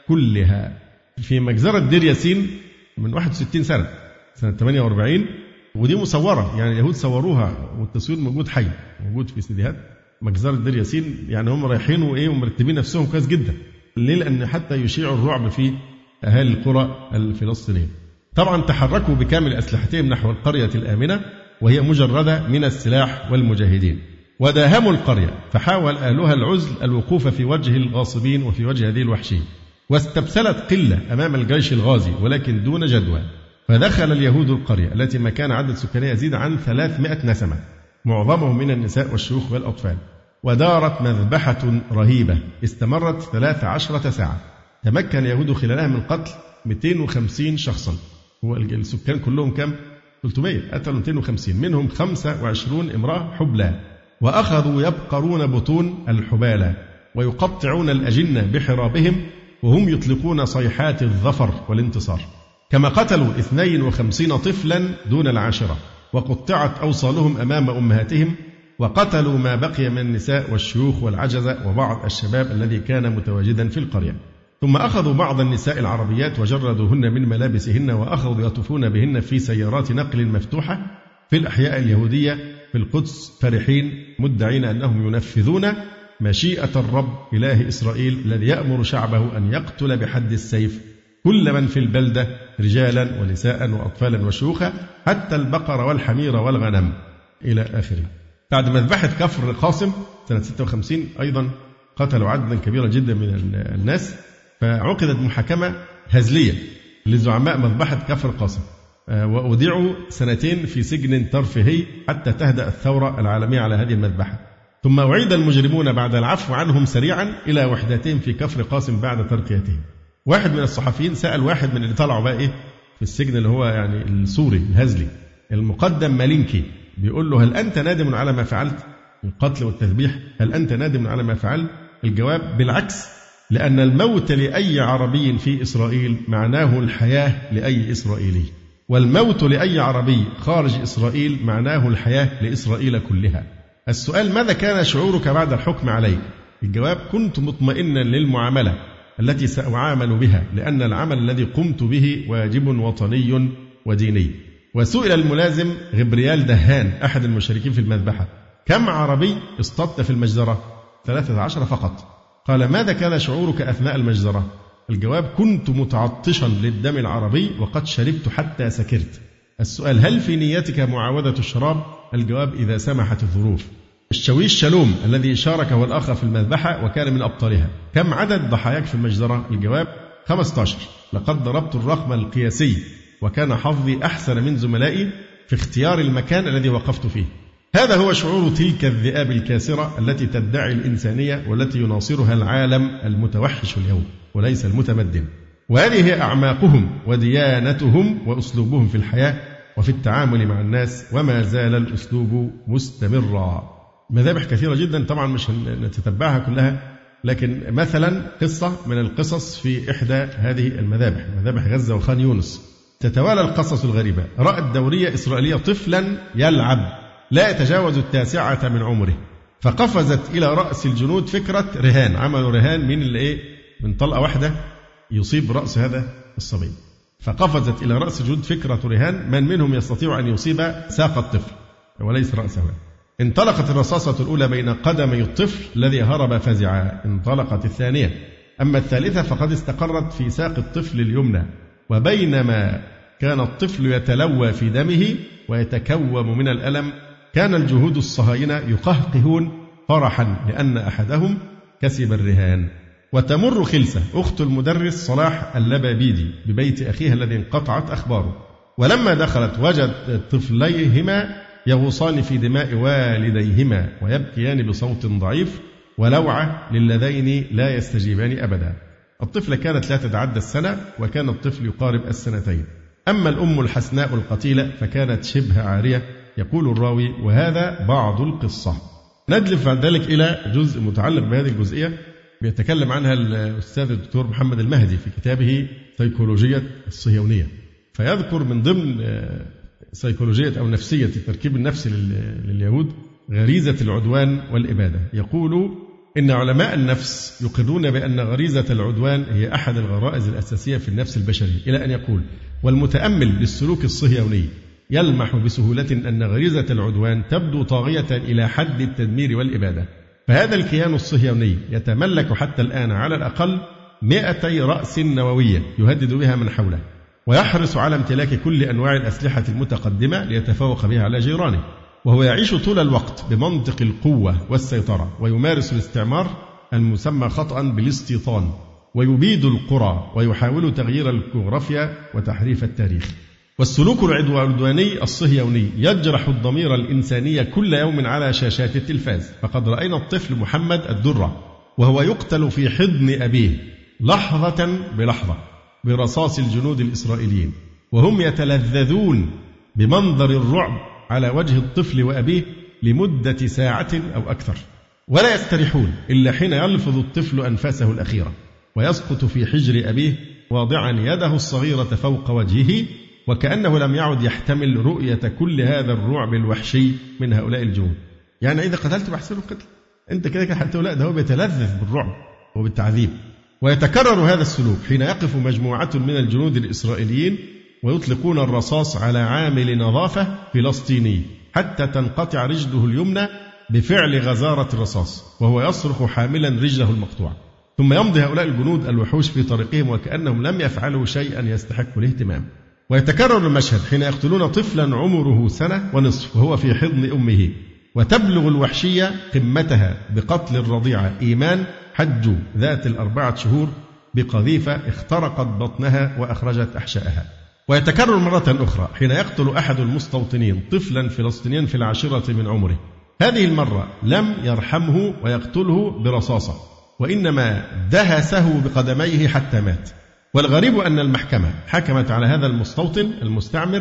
كلها. في مجزرة دير ياسين من 61 سنة 48، ودي مصورة يعني اليهود صوروها والتصوير موجود حي موجود في سيديهات مجزرة دير ياسين. يعني هم رايحين ومرتبين نفسهم كويس جدا. ليه؟ لأن حتى يشيعوا الرعب في أهالي القرى الفلسطينية. طبعا تحركوا بكامل أسلحتهم نحو القرية الآمنة وهي مجردة من السلاح والمجاهدين، وداهموا القرية فحاول أهلها العزل الوقوف في وجه الغاصبين وفي وجه هذه الوحشين، واستبسلت قلة أمام الجيش الغازي ولكن دون جدوى. فدخل اليهود القرية التي ما كان عدد سكانها يزيد عن 300 نسمة معظمهم من النساء والشيوخ والأطفال، ودارت مذبحة رهيبة استمرت 13 ساعة. تمكن اليهود خلالها من قتل 250 شخصا. هو السكان كلهم كم؟ 300. قتلوا 250 منهم 25 امرأة حبلى، وأخذوا يبقرون بطون الحبالى ويقطعون الأجنة بحرابهم وهم يطلقون صيحات الظفر والانتصار. كما قتلوا 52 طفلا دون العاشرة وقطعت أوصالهم أمام أمهاتهم، وقتلوا ما بقي من النساء والشيوخ والعجزة وبعض الشباب الذي كان متواجدا في القرية. ثم أخذوا بعض النساء العربيات وجردوهن من ملابسهن وأخذوا يطوفون بهن في سيارات نقل مفتوحة في الأحياء اليهودية في القدس فرحين مدعين أنهم ينفذون مشيئة الرب إله إسرائيل الذي يأمر شعبه أن يقتل بحد السيف كل من في البلدة رجالا ونساء وأطفالا وشيوخا حتى البقر والحمير والغنم إلى آخره. بعد مذبحة كفر قاسم سنة 56 أيضا قتلوا عددا كبيرا جدا من الناس، فعقدت محاكمة هزلية لزعماء مذبحة كفر قاسم، وأودعوا 2 في سجن ترفيهي حتى تهدأ الثورة العالمية على هذه المذبحة. ثم أعيد المجرمون بعد العفو عنهم سريعا إلى وحدتهم في كفر قاسم بعد ترقيتهم. واحد من الصحفيين سأل واحد من اللي طلعوا بقى في السجن اللي هو يعني السوري الهزلي المقدم مالينكي، بيقول له: هل أنت نادم على ما فعلت؟ القتل والتذبيح، هل أنت نادم على ما فعلت؟ الجواب: بالعكس، لأن الموت لأي عربي في إسرائيل معناه الحياة لأي إسرائيلي، والموت لأي عربي خارج إسرائيل معناه الحياة لإسرائيل كلها. السؤال: ماذا كان شعورك بعد الحكم عليك؟ الجواب: كنت مطمئنا للمعاملة التي سأعامل بها، لأن العمل الذي قمت به واجب وطني وديني. وسئل الملازم غبريال دهان أحد المشاركين في المذبحة: كم عربي اصطدت في المجزرة؟ 13 فقط. قال: ماذا كان شعورك أثناء المجزرة؟ الجواب: كنت متعطشا للدم العربي وقد شربت حتى سكرت. السؤال: هل في نيتك معاودة الشراب؟ الجواب: إذا سمحت الظروف. الشويش شالوم الذي شارك هو الآخر في المذبحة وكان من أبطالها: كم عدد ضحاياك في المجزرة؟ الجواب: 15. لقد ضربت الرقم القياسي وكان حظي أحسن من زملائي في اختيار المكان الذي وقفت فيه. هذا هو شعور تلك الذئاب الكاسرة التي تدعي الإنسانية والتي يناصرها العالم المتوحش اليوم وليس المتمدن. وهذه هي أعماقهم وديانتهم وأسلوبهم في الحياة وفي التعامل مع الناس، وما زال الأسلوب مستمرا. مذابح كثيرة جدا طبعا مش نتتبعها كلها، لكن مثلا قصة من القصص في إحدى هذه المذابح، مذابح غزة وخان يونس، تتوالى القصص الغريبة. رأت دورية إسرائيلية طفلا يلعب لا يتجاوز 9 من عمره، فقفزت إلى رأس الجنود فكرة رهان، عملوا رهان من طلقة واحدة يصيب رأس هذا الصبي. فقفزت إلى رأس الجنود فكرة رهان من منهم يستطيع أن يصيب ساق الطفل وليس رأسه. انطلقت الرصاصة الأولى بين قدمي الطفل الذي هرب فزعا، انطلقت الثانية، أما الثالثة فقد استقرت في ساق الطفل اليمنى. وبينما كان الطفل يتلوى في دمه ويتكوم من الألم، كان الجهود الصهاينة يقهقهون فرحا لأن أحدهم كسب الرهان. وتمر خلسة أخت المدرس صلاح اللبابيدي ببيت أخيها الذي انقطعت أخباره، ولما دخلت وجدت طفليهما يغوصان في دماء والديهما ويبكيان بصوت ضعيف ولوعة للذين لا يستجيبان أبدا. الطفلة كانت لا تتعدى السنة وكان الطفل يقارب 2. أما الأم الحسناء القتيلة فكانت شبه عارية. يقول الراوي: وهذا بعض القصة. ندلف بعد ذلك إلى جزء متعلق بهذه الجزئية بيتكلم عنها الأستاذ الدكتور محمد المهدي في كتابه سيكولوجية الصهيونية، فيذكر من ضمن سيكولوجية أو نفسية التركيب النفسي لليهود غريزة العدوان والإبادة. يقول إن علماء النفس يقرون بأن غريزة العدوان هي أحد الغرائز الأساسية في النفس البشري، إلى أن يقول: والمتأمل للسلوك الصهيوني يلمح بسهولة أن غريزة العدوان تبدو طاغية إلى حد التدمير والإبادة. فهذا الكيان الصهيوني يتملك حتى الآن على الأقل 200 رأس نووية يهدد بها من حوله، ويحرص على امتلاك كل أنواع الأسلحة المتقدمة ليتفوق بها على جيرانه، وهو يعيش طول الوقت بمنطق القوة والسيطرة، ويمارس الاستعمار المسمى خطأ بالاستيطان، ويبيد القرى ويحاول تغيير الجغرافيا وتحريف التاريخ. والسلوك العدواني الصهيوني يجرح الضمير الإنساني كل يوم على شاشات التلفاز. فقد رأينا الطفل محمد الدرة وهو يقتل في حضن أبيه لحظة بلحظة برصاص الجنود الإسرائيليين، وهم يتلذذون بمنظر الرعب على وجه الطفل وأبيه لمدة ساعة أو أكثر، ولا يستريحون إلا حين يلفظ الطفل أنفاسه الأخيرة ويسقط في حجر أبيه واضعا يده الصغيرة فوق وجهه، وكأنه لم يعد يحتمل رؤية كل هذا الرعب الوحشي من هؤلاء الجنود. يعني إذا قتلت بحسن القتل، أنت كده حتى لا، ده هو بيتلذذ بالرعب وبالتعذيب. ويتكرر هذا السلوك حين يقف مجموعة من الجنود الإسرائيليين ويطلقون الرصاص على عامل نظافة فلسطيني حتى تنقطع رجله اليمنى بفعل غزارة الرصاص وهو يصرخ حاملا رجله المقطوعة، ثم يمضي هؤلاء الجنود الوحوش في طريقهم وكأنهم لم يفعلوا شيئا يستحق الاهتمام. ويتكرر المشهد حين يقتلون طفلا عمره 1.5 سنة وهو في حضن أمه، وتبلغ الوحشية قمتها بقتل الرضيعة إيمان حج ذات 4 شهور بقذيفة اخترقت بطنها وأخرجت أحشائها. ويتكرر مرة أخرى حين يقتل أحد المستوطنين طفلا فلسطينيا في 10 من عمره، هذه المرة لم يرحمه ويقتله برصاصة، وإنما دهسه بقدميه حتى مات. والغريب أن المحكمة حكمت على هذا المستوطن المستعمر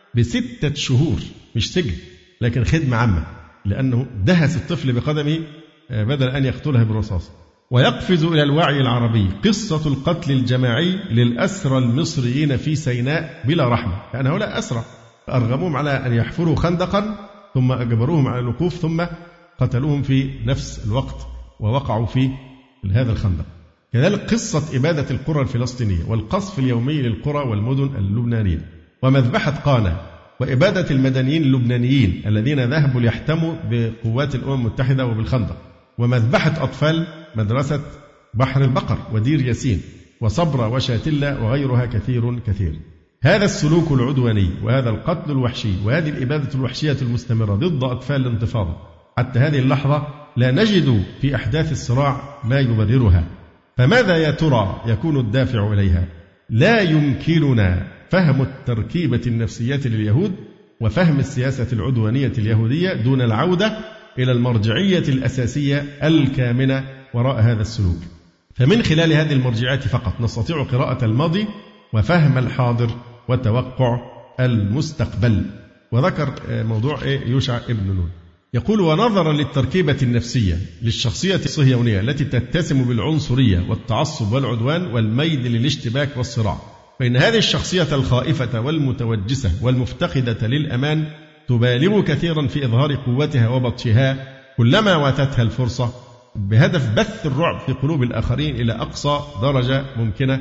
ب6 شهور، مش سجن لكن خدمة عامة، لأنه دهس الطفل بقدمه بدل أن يقتلها بالرصاص. ويقفز إلى الوعي العربي قصة القتل الجماعي للأسرى المصريين في سيناء بلا رحمة، لأن هؤلاء أسرى أرغموهم على أن يحفروا خندقا ثم أجبروهم على الوقوف ثم قتلوهم في نفس الوقت ووقعوا في هذا الخندق. كذلك قصة إبادة القرى الفلسطينية والقصف اليومي للقرى والمدن اللبنانية، ومذبحة قانا، وإبادة المدنيين اللبنانيين الذين ذهبوا ليحتموا بقوات الأمم المتحدة وبالخندق، ومذبحة أطفال مدرسة بحر البقر ودير ياسين وصبرا وشاتلة وغيرها كثير. هذا السلوك العدواني وهذا القتل الوحشي وهذه الإبادة الوحشية المستمرة ضد أطفال الانتفاضة حتى هذه اللحظة لا نجد في أحداث الصراع ما يبررها. فماذا يا ترى يكون الدافع إليها؟ لا يمكننا فهم التركيبة النفسية لليهود وفهم السياسة العدوانية اليهودية دون العودة إلى المرجعية الأساسية الكامنة وراء هذا السلوك. فمن خلال هذه المرجعيات فقط نستطيع قراءة الماضي وفهم الحاضر وتوقع المستقبل. وذكر موضوع يوشع ابن نون، يقول: ونظرا للتركيبة النفسية للشخصية الصهيونية التي تتسم بالعنصرية والتعصب والعدوان والميل للاشتباك والصراع، فإن هذه الشخصية الخائفة والمتوجسة والمفتقدة للأمان تبالغ كثيرا في إظهار قوتها وبطشها كلما واتتها الفرصة، بهدف بث الرعب في قلوب الآخرين إلى أقصى درجة ممكنة.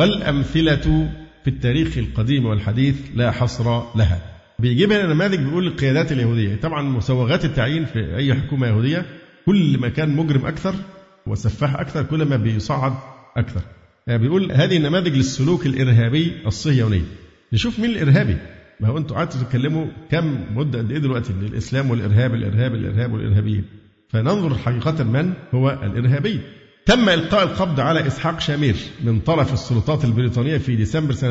والأمثلة في التاريخ القديم والحديث لا حصر لها. بيجيب هنا نماذج بيقول القيادات اليهودية، طبعا مسوغات التعيين في أي حكومة يهودية كل ما كان مجرم أكثر وسفاح أكثر كل ما بيصعد أكثر. بيقول هذه نماذج للسلوك الإرهابي الصهيوني. نشوف مين الإرهابي؟ ما هو أنتوا قعدتوا تتكلموا كم مدة قد إيه دلوقتي للإسلام والإرهاب والإرهابيين، فننظر حقيقة من هو الإرهابي. تم إلقاء القبض على إسحاق شامير من طرف السلطات البريطانية في ديسمبر سنة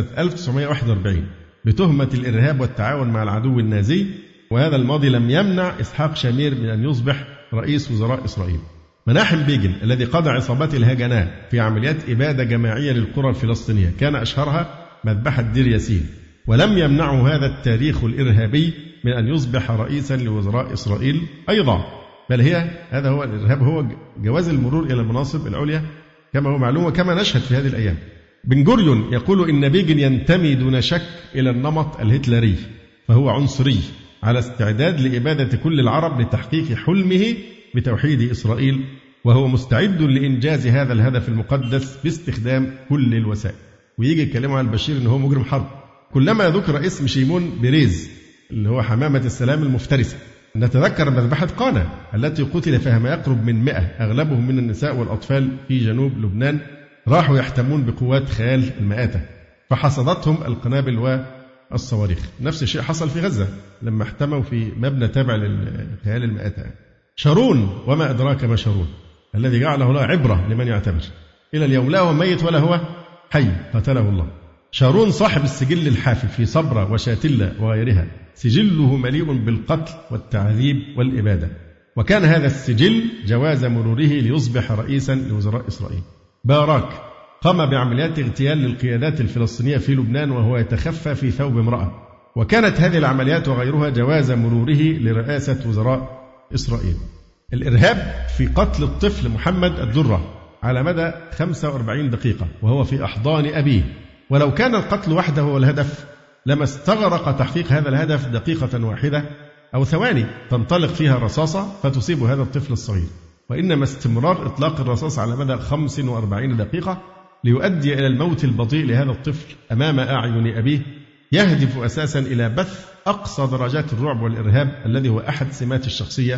1941 بتهمة الإرهاب والتعاون مع العدو النازي، وهذا الماضي لم يمنع إسحاق شامير من أن يصبح رئيس وزراء إسرائيل. مناحم بيجن الذي قضى عصابات الهجناء في عمليات إبادة جماعية للقرى الفلسطينية كان أشهرها مذبحة دير ياسين، ولم يمنعه هذا التاريخ الإرهابي من أن يصبح رئيسا لوزراء إسرائيل أيضا، بل هذا هو الإرهاب، هو جواز المرور إلى المناصب العليا كما هو معلوم وكما نشهد في هذه الأيام. بن جوريون يقول إن بيجن ينتمي دون شك إلى النمط الهتلري، فهو عنصري على استعداد لإبادة كل العرب لتحقيق حلمه بتوحيد إسرائيل، وهو مستعد لإنجاز هذا الهدف المقدس باستخدام كل الوسائل. ويجي يتكلموا عن البشير إن هو مجرم حرب. كلما ذكر اسم شيمون بيريز اللي هو حمامة السلام المفترسة نتذكر مذبحة قانا التي قتل فيها ما يقرب من 100 أغلبهم من النساء والأطفال في جنوب لبنان، راحوا يحتمون بقوات خيال المآتة فحصدتهم القنابل والصواريخ. نفس الشيء حصل في غزة لما احتموا في مبنى تابع للخيال المآتة. شارون وما أدراك ما شارون الذي جعله الله عبرة لمن يعتبر، إلى اليوم لا هو ميت ولا هو حي، قتله الله. شارون صاحب السجل الحافل في صبرا وشاتلة وغيرها، سجله مليء بالقتل والتعذيب والإبادة، وكان هذا السجل جواز مروره ليصبح رئيسا لوزراء إسرائيل. باراك قام بعمليات اغتيال للقيادات الفلسطينية في لبنان وهو يتخفى في ثوب امرأة، وكانت هذه العمليات وغيرها جواز مروره لرئاسة وزراء إسرائيل. الإرهاب في قتل الطفل محمد الدرة على مدى 45 دقيقة وهو في أحضان أبيه، ولو كان القتل وحده هو الهدف لما استغرق تحقيق هذا الهدف دقيقة واحدة أو ثواني تنطلق فيها رصاصة فتصيب هذا الطفل الصغير، وإنما استمرار إطلاق الرصاص على مدى 45 دقيقة ليؤدي إلى الموت البطيء لهذا الطفل أمام أعين أبيه، يهدف أساسا إلى بث أقصى درجات الرعب والإرهاب الذي هو أحد سمات الشخصية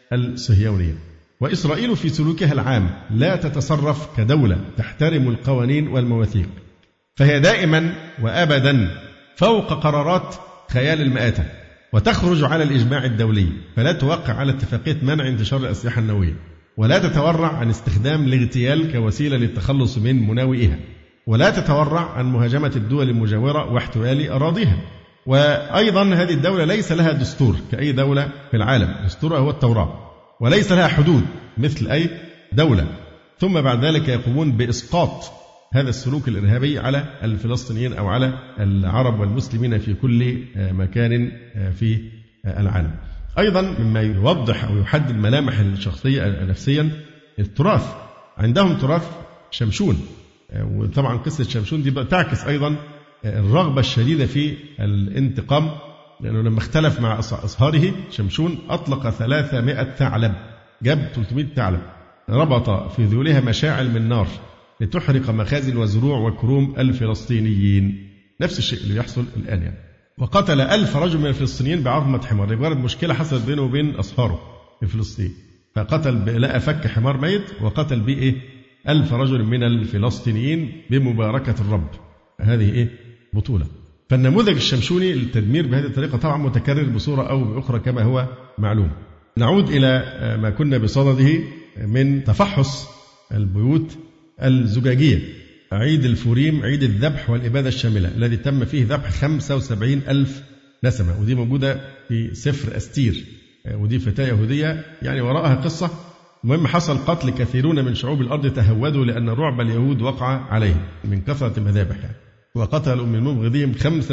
الصهيونية. وإسرائيل في سلوكها العام لا تتصرف كدولة تحترم القوانين والمواثيق، فهي دائما وأبدا فوق قرارات خيال المآتة، وتخرج على الإجماع الدولي، فلا توقع على اتفاقية منع انتشار الأسلحة النووية، ولا تتورع عن استخدام الاغتيال كوسيلة للتخلص من مناوئها، ولا تتورع عن مهاجمة الدول المجاورة واحتلال أراضيها. وأيضا هذه الدولة ليس لها دستور كأي دولة في العالم، دستورها هو التوراة، وليس لها حدود مثل أي دولة. ثم بعد ذلك يقومون بإسقاط هذا السلوك الإرهابي على الفلسطينيين أو على العرب والمسلمين في كل مكان في العالم. أيضا مما يوضح أو يحدد ملامح الشخصية نفسيا التراث. عندهم تراث شمشون، وطبعا قصة شمشون دي تعكس أيضا الرغبة الشديدة في الانتقام، لأنه لما اختلف مع أصهاره شمشون أطلق 300 ثعلب، جاب 300 ثعلب ربط في ذيولها مشاعل من نار لتحرق مخازن وزروع وكروم الفلسطينيين. نفس الشيء اللي يحصل الآن يعني. وقتل 1000 رجل من الفلسطينيين بعظمة حمار، مجرد مشكلة حصلت بينه وبين أصهاره في فلسطين، فقتل لقى فك حمار ميت وقتل به 1000 رجل من الفلسطينيين بمباركة الرب. هذه بطولة. فالنموذج الشمشوني للتدمير بهذه الطريقة طبعا متكرر بصورة أو بأخرى كما هو معلوم. نعود إلى ما كنا بصدده من تفحص البيوت الزجاجية. عيد الفوريم، عيد الذبح والإبادة الشاملة، الذي تم فيه ذبح 75,000 نسمة، ودي موجودة في سفر أستير، ودي فتاة يهودية يعني وراءها قصة. المهم حصل قتل كثيرون من شعوب الأرض تهودوا لأن رعب اليهود وقع عليهم من كثرة المذابح يعني. وقتلوا من مبغضهم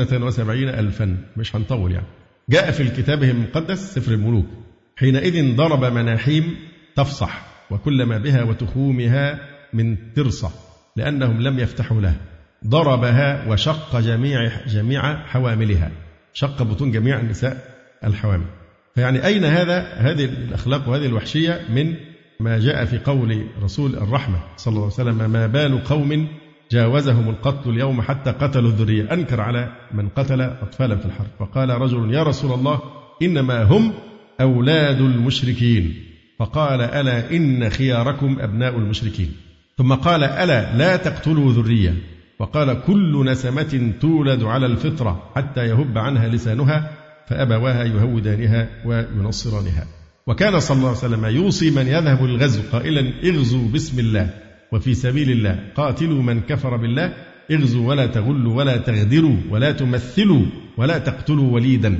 75,000. مش هنطول يعني. جاء في كتابهم المقدس سفر الملوك: حينئذ ضرب مناحيم تفصح وكل ما بها وتخومها من ترصة لأنهم لم يفتحوا لها، ضربها وشق جميع حواملها، شق بطون جميع النساء الحوامل. فيعني أين هذه الأخلاق وهذه الوحشية من ما جاء في قول رسول الرحمة صلى الله عليه وسلم: ما بال قوم جاوزهم القتل اليوم حتى قتلوا الذرية. أنكر على من قتل أطفالا في الحرب، فقال رجل: يا رسول الله إنما هم أولاد المشركين. فقال: ألا إن خياركم أبناء المشركين. ثم قال: ألا لا تقتلوا ذرية. وقال: كل نسمة تولد على الفطرة حتى يهب عنها لسانها فأبواها يهودانها وينصرانها. وكان صلى الله عليه وسلم يوصي من يذهب للغزو قائلا: اغزوا بسم الله وفي سبيل الله، قاتلوا من كفر بالله، اغزوا ولا تغلوا ولا تغدروا ولا تمثلوا ولا تقتلوا وليدا.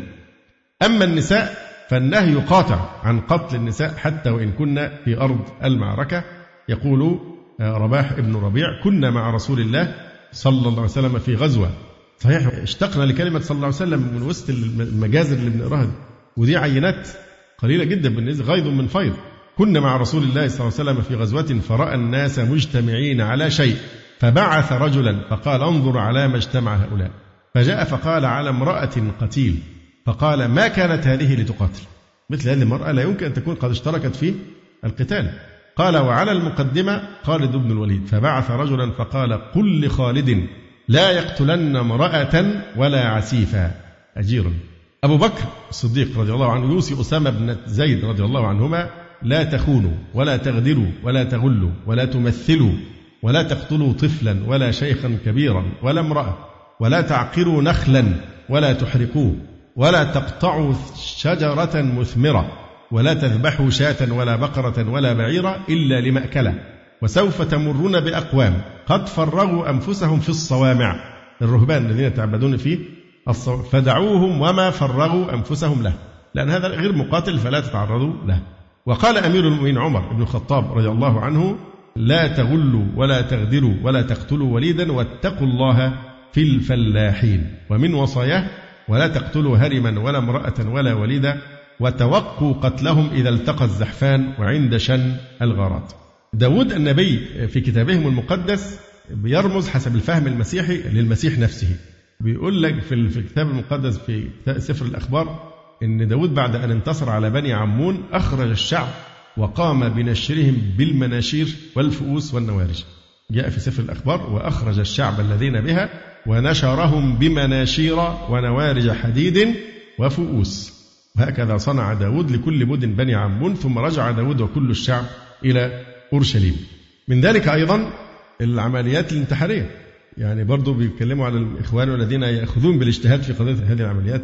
أما النساء فالنهي قاطع عن قتل النساء حتى وإن كنا في أرض المعركة. يقول رباح ابن ربيع: كنا مع رسول الله صلى الله عليه وسلم في غزوة. صحيح اشتقنا لكلمة صلى الله عليه وسلم من وسط المجازر اللي بنقراها دي، ودي عينات قليلة جدا بالنسبة، غيض من فيض. كنا مع رسول الله صلى الله عليه وسلم في غزوة فرأى الناس مجتمعين على شيء فبعث رجلا فقال: انظر على ما اجتمع هؤلاء. فجاء فقال: على امرأة قتيل. فقال: ما كانت هذه لتقاتل؟ مثل هذه المرأة لا يمكن أن تكون قد اشتركت في القتال. قال: وعلى المقدمة خالد بن الوليد. فبعث رجلا فقال: قل لخالد لا يقتلن امرأة ولا عسيفا أجيرا. أبو بكر الصديق رضي الله عنه يوصي أسامة بن زيد رضي الله عنهما: لا تخونوا ولا تغدروا ولا تغلوا ولا تمثلوا ولا تقتلوا طفلا ولا شيخا كبيرا ولا امرأة، ولا تعقروا نخلا ولا تحرقوه، ولا تقطعوا شجرة مثمرة، ولا تذبحوا شاة ولا بقرة ولا بعيرا إلا لمأكله، وسوف تمرون بأقوام قد فرغوا أنفسهم في الصوامع، الرهبان الذين تعبدون فيه فدعوهم وما فرغوا أنفسهم له، لأن هذا غير مقاتل فلا تتعرضوا له. وقال أمير المؤمنين عمر بن الخطاب رضي الله عنه: لا تغلوا ولا تغدروا ولا تقتلوا وليدا واتقوا الله في الفلاحين. ومن وصاياه: ولا تقتلوا هرما ولا امرأة ولا وليدا وتوقوا قتلهم إذا التقى الزحفان وعند شن الغارات. داود النبي في كتابهم المقدس بيرمز حسب الفهم المسيحي للمسيح نفسه. بيقول لك في الكتاب المقدس في سفر الأخبار إن داود بعد أن انتصر على بني عمون أخرج الشعب وقام بنشرهم بالمناشير والفؤوس والنوارج. جاء في سفر الأخبار: وأخرج الشعب الذين بها ونشرهم بمناشير ونوارج حديد وفؤوس. وهكذا صنع داود لكل مدن بني عمون، ثم رجع داود وكل الشعب إلى أورشليم. من ذلك أيضا العمليات الانتحارية، يعني برضو بيتكلموا على الإخوان الذين يأخذون بالاجتهاد في قضية هذه العمليات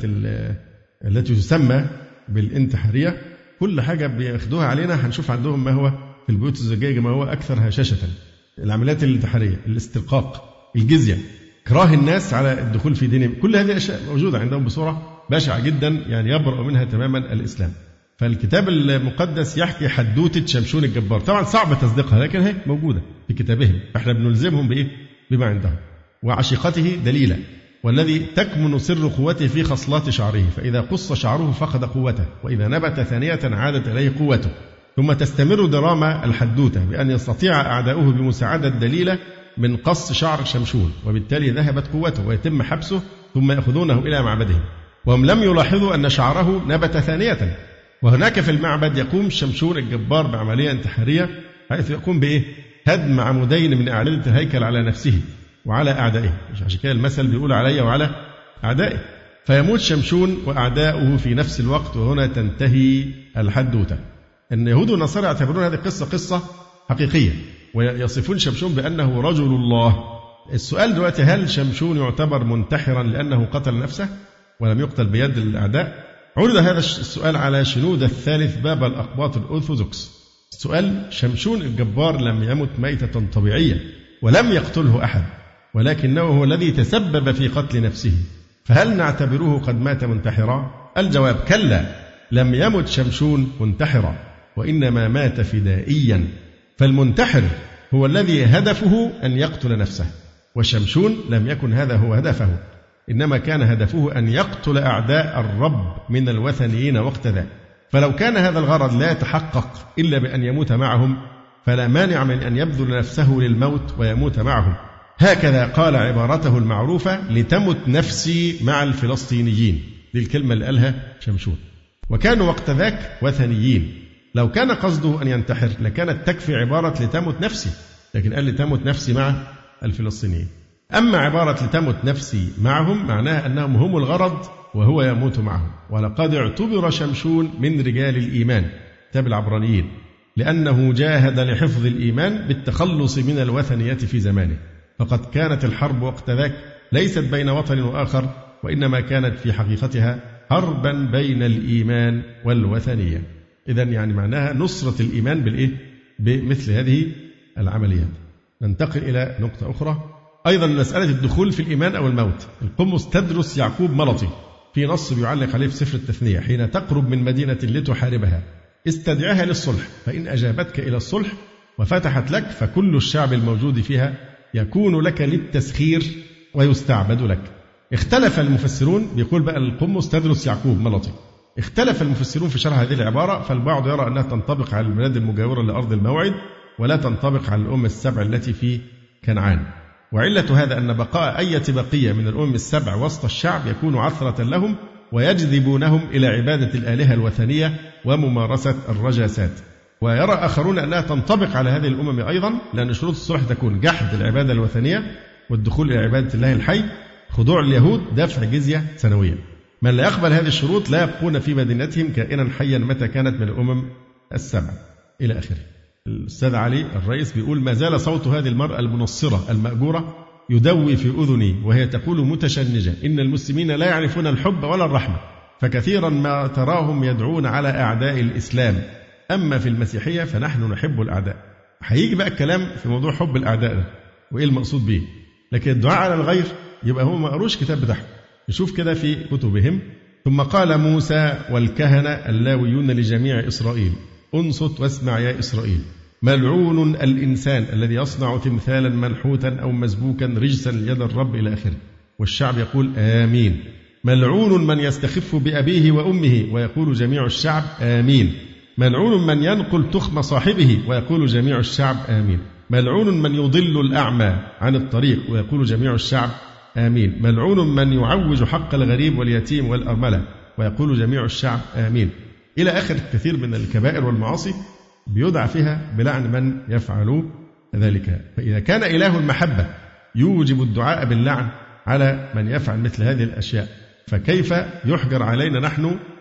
التي تسمى بالانتحارية. كل حاجة بيأخذوها علينا هنشوف عندهم ما هو في البيوت الزجاجة ما هو أكثر هشاشة. العمليات الانتحارية، الاسترقاق، الجزية، إكراه الناس على الدخول في دينهم، كل هذه الأشياء موجودة عندهم بصورة بشعة جدا، يعني يبرأ منها تماما الإسلام. فالكتاب المقدس يحكي حدوتة شمشون الجبار، طبعا صعب تصديقها لكن هي موجودة في كتابهم، فإحنا بنلزمهم بإيه؟ بما عندهم. وعشيقته دليلة، والذي تكمن سر قوته في خصلات شعره، فإذا قص شعره فقد قوته، وإذا نبت ثانية عادت إليه قوته. ثم تستمر دراما الحدوتة بأن يستطيع أعداؤه بمساعدة دليلة من قص شعر شمشون، وبالتالي ذهبت قوته ويتم حبسه ثم يأخذونه إلى معبدهم، وهم لم يلاحظوا أن شعره نبت ثانية. وهناك في المعبد يقوم شمشون الجبار بعملية انتحارية، حيث يقوم بإيه؟ هدم عمودين من أعمدة الهيكل على نفسه وعلى أعدائه، عشان كده المثل بيقول علي وعلى أعدائه. فيموت شمشون وأعداؤه في نفس الوقت، وهنا تنتهي الحدوتة. أن يهود والنصارى يعتبرون هذه القصة قصة حقيقية، ويصفون شمشون بأنه رجل الله. السؤال دلوقتي، هل شمشون يعتبر منتحرا لأنه قتل نفسه ولم يقتل بيد الأعداء؟ عرض هذا السؤال على شنودة الثالث باب الأقباط الأرثوذكس. السؤال: شمشون الجبار لم يمت ميتة طبيعية ولم يقتله أحد، ولكنه هو الذي تسبب في قتل نفسه، فهل نعتبره قد مات منتحرا؟ الجواب: كلا، لم يمت شمشون منتحرا، وإنما مات فدائيا. فالمنتحر هو الذي هدفه أن يقتل نفسه، وشمشون لم يكن هذا هو هدفه، إنما كان هدفه أن يقتل أعداء الرب من الوثنيين وقت ذاك. فلو كان هذا الغرض لا يتحقق إلا بأن يموت معهم، فلا مانع من أن يبذل نفسه للموت ويموت معهم. هكذا قال عبارته المعروفة: لتمت نفسي مع الفلسطينيين. دي الكلمة اللي قالها شمشون. وكانوا وقت ذاك وثنيين. لو كان قصده أن ينتحر لكانت تكفي عبارة لتمت نفسي، لكن قال لتمت نفسي مع الفلسطينيين. أما عبارة لتمت نفسي معهم معناها أنهم هم الغرض وهو يموت معهم. ولقد اعتبر شمشون من رجال الإيمان، كتاب العبرانيين، لأنه جاهد لحفظ الإيمان بالتخلص من الوثنية في زمانه. فقد كانت الحرب وقت ذاك ليست بين وطن وآخر، وإنما كانت في حقيقتها حربا بين الإيمان والوثنية. إذن يعني معناها نصرة الإيمان بالإيه؟ بمثل هذه العمليات. ننتقل إلى نقطة أخرى أيضا، مسألة الدخول في الإيمان أو الموت. القمص تدرس يعقوب ملطي في نص بيعلق عليه في سفر التثنية: حين تقرب من مدينة لتحاربها استدعها للصلح، فإن أجابتك إلى الصلح وفتحت لك فكل الشعب الموجود فيها يكون لك للتسخير ويستعبد لك. اختلف المفسرون، بيقول بقى القمص تدرس يعقوب ملطي، اختلف المفسرون في شرح هذه العبارة، فالبعض يرى أنها تنطبق على البلاد المجاورة لأرض الموعد ولا تنطبق على الأمم السبع التي في كنعان. وعلة هذا أن بقاء أي بقية من الأمم السبع وسط الشعب يكون عثرة لهم ويجذبونهم إلى عبادة الآلهة الوثنية وممارسة الرجاسات. ويرى آخرون أنها تنطبق على هذه الأمم أيضا، لأن شروط الصلح تكون جحد العبادة الوثنية والدخول إلى عبادة الله الحي، خضوع اليهود، دفع جزية سنويا. من لا يقبل هذه الشروط لا يبقون في مدينتهم كائنا حيا متى كانت من الأمم السبع إلى آخره. الأستاذ علي الرئيس بيقول: ما زال صوت هذه المرأة المنصرة المأجورة يدوي في أذني وهي تقول متشنجة: إن المسلمين لا يعرفون الحب ولا الرحمة، فكثيرا ما تراهم يدعون على أعداء الإسلام، أما في المسيحية فنحن نحب الأعداء. هيجي بقى الكلام في موضوع حب الأعداء ده وإيه المقصود به، لكن الدعاء على الغير يبقى هم ما قروش كتاب بتاعهم. نشوف كده في كتبهم: ثم قال موسى والكهنة اللاويون لجميع إسرائيل: انصت واسمع يا إسرائيل، ملعون الإنسان الذي يصنع تمثالا منحوتا أو مسبوكا رجسا يد الرب إلى آخره. والشعب يقول آمين. ملعون من يستخف بأبيه وأمه، ويقول جميع الشعب آمين. ملعون من ينقل تخم صاحبه، ويقول جميع الشعب آمين. ملعون من يضل الأعمى عن الطريق، ويقول جميع الشعب آمين. ملعون من يعوج حق الغريب واليتيم والأرملة، ويقول جميع الشعب آمين. إلى آخر كثير من الكبائر والمعاصي بيدعى فيها بلعن من يفعل ذلك. فإذا كان إله المحبة يوجب الدعاء باللعن على من يفعل مثل هذه الأشياء، فكيف يحجر علينا نحن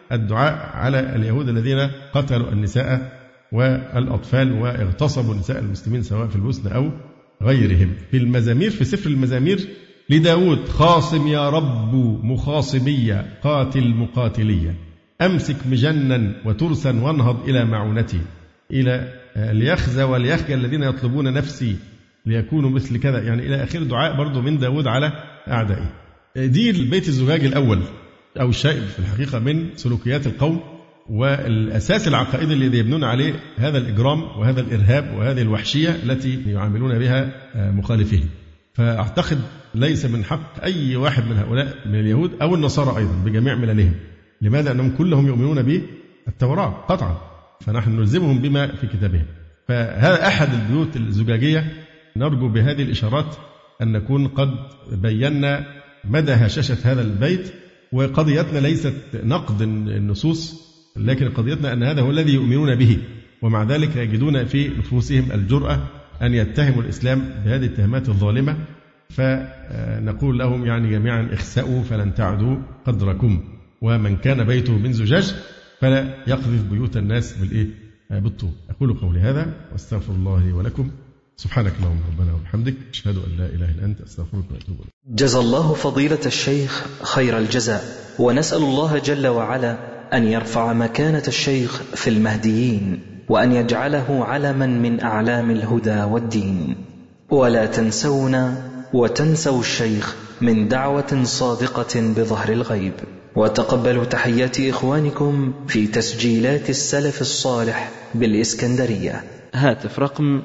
الدعاء على اليهود الذين قتلوا النساء والأطفال واغتصبوا نساء المسلمين سواء في البوسنة أو غيرهم. في المزامير، في سفر المزامير لداود: خاصم يا رب مخاصمية، قاتل مقاتلية، أمسك مجنا وترسا وانهض إلى معونتي، إلى ليخزى وليخجل الذين يطلبون نفسي ليكونوا مثل كذا، يعني إلى آخر دعاء برضو من داود على أعدائه. دي البيت الزجاجي الأول أو الشائب في الحقيقة من سلوكيات القوم، والأساس العقائدي الذي يبنون عليه هذا الإجرام وهذا الإرهاب وهذه الوحشية التي يعاملون بها مخالفيه. فأعتقد ليس من حق أي واحد من هؤلاء من اليهود أو النصارى أيضا بجميع مللهم. لماذا؟ أنهم كلهم يؤمنون بالتوراة قطعا، فنحن نلزمهم بما في كتابهم. فهذا أحد البيوت الزجاجية. نرجو بهذه الإشارات أن نكون قد بينا مدى هشاشة هذا البيت. وقضيتنا ليست نقد النصوص، لكن قضيتنا أن هذا هو الذي يؤمنون به، ومع ذلك يجدون في نفوسهم الجرأة أن يتهموا الإسلام بهذه التهمات الظالمة. فنقول لهم يعني جميعا: اخسأوا فلن تعدوا قدركم، ومن كان بيته من زجاج فلا يقذف بيوت الناس بالطوب. أقول قولي هذا واستغفر الله لي ولكم. سبحانك اللهم ربنا وبحمدك، أشهد أن لا إله إلا أنت، أستغفرك وأتوب إليك. جزى الله فضيلة الشيخ خير الجزاء، ونسأل الله جل وعلا أن يرفع مكانة الشيخ في المهديين، وأن يجعله علما من أعلام الهدى والدين. ولا تنسونا وتنسوا الشيخ من دعوة صادقة بظهر الغيب. وتقبلوا تحيات إخوانكم في تسجيلات السلف الصالح بالإسكندرية. هاتف رقم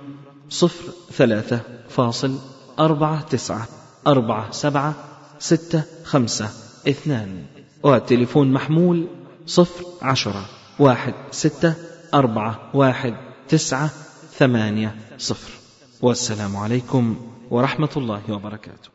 0349476552، والتليفون محمول 010-1641-980. والسلام عليكم ورحمة الله وبركاته.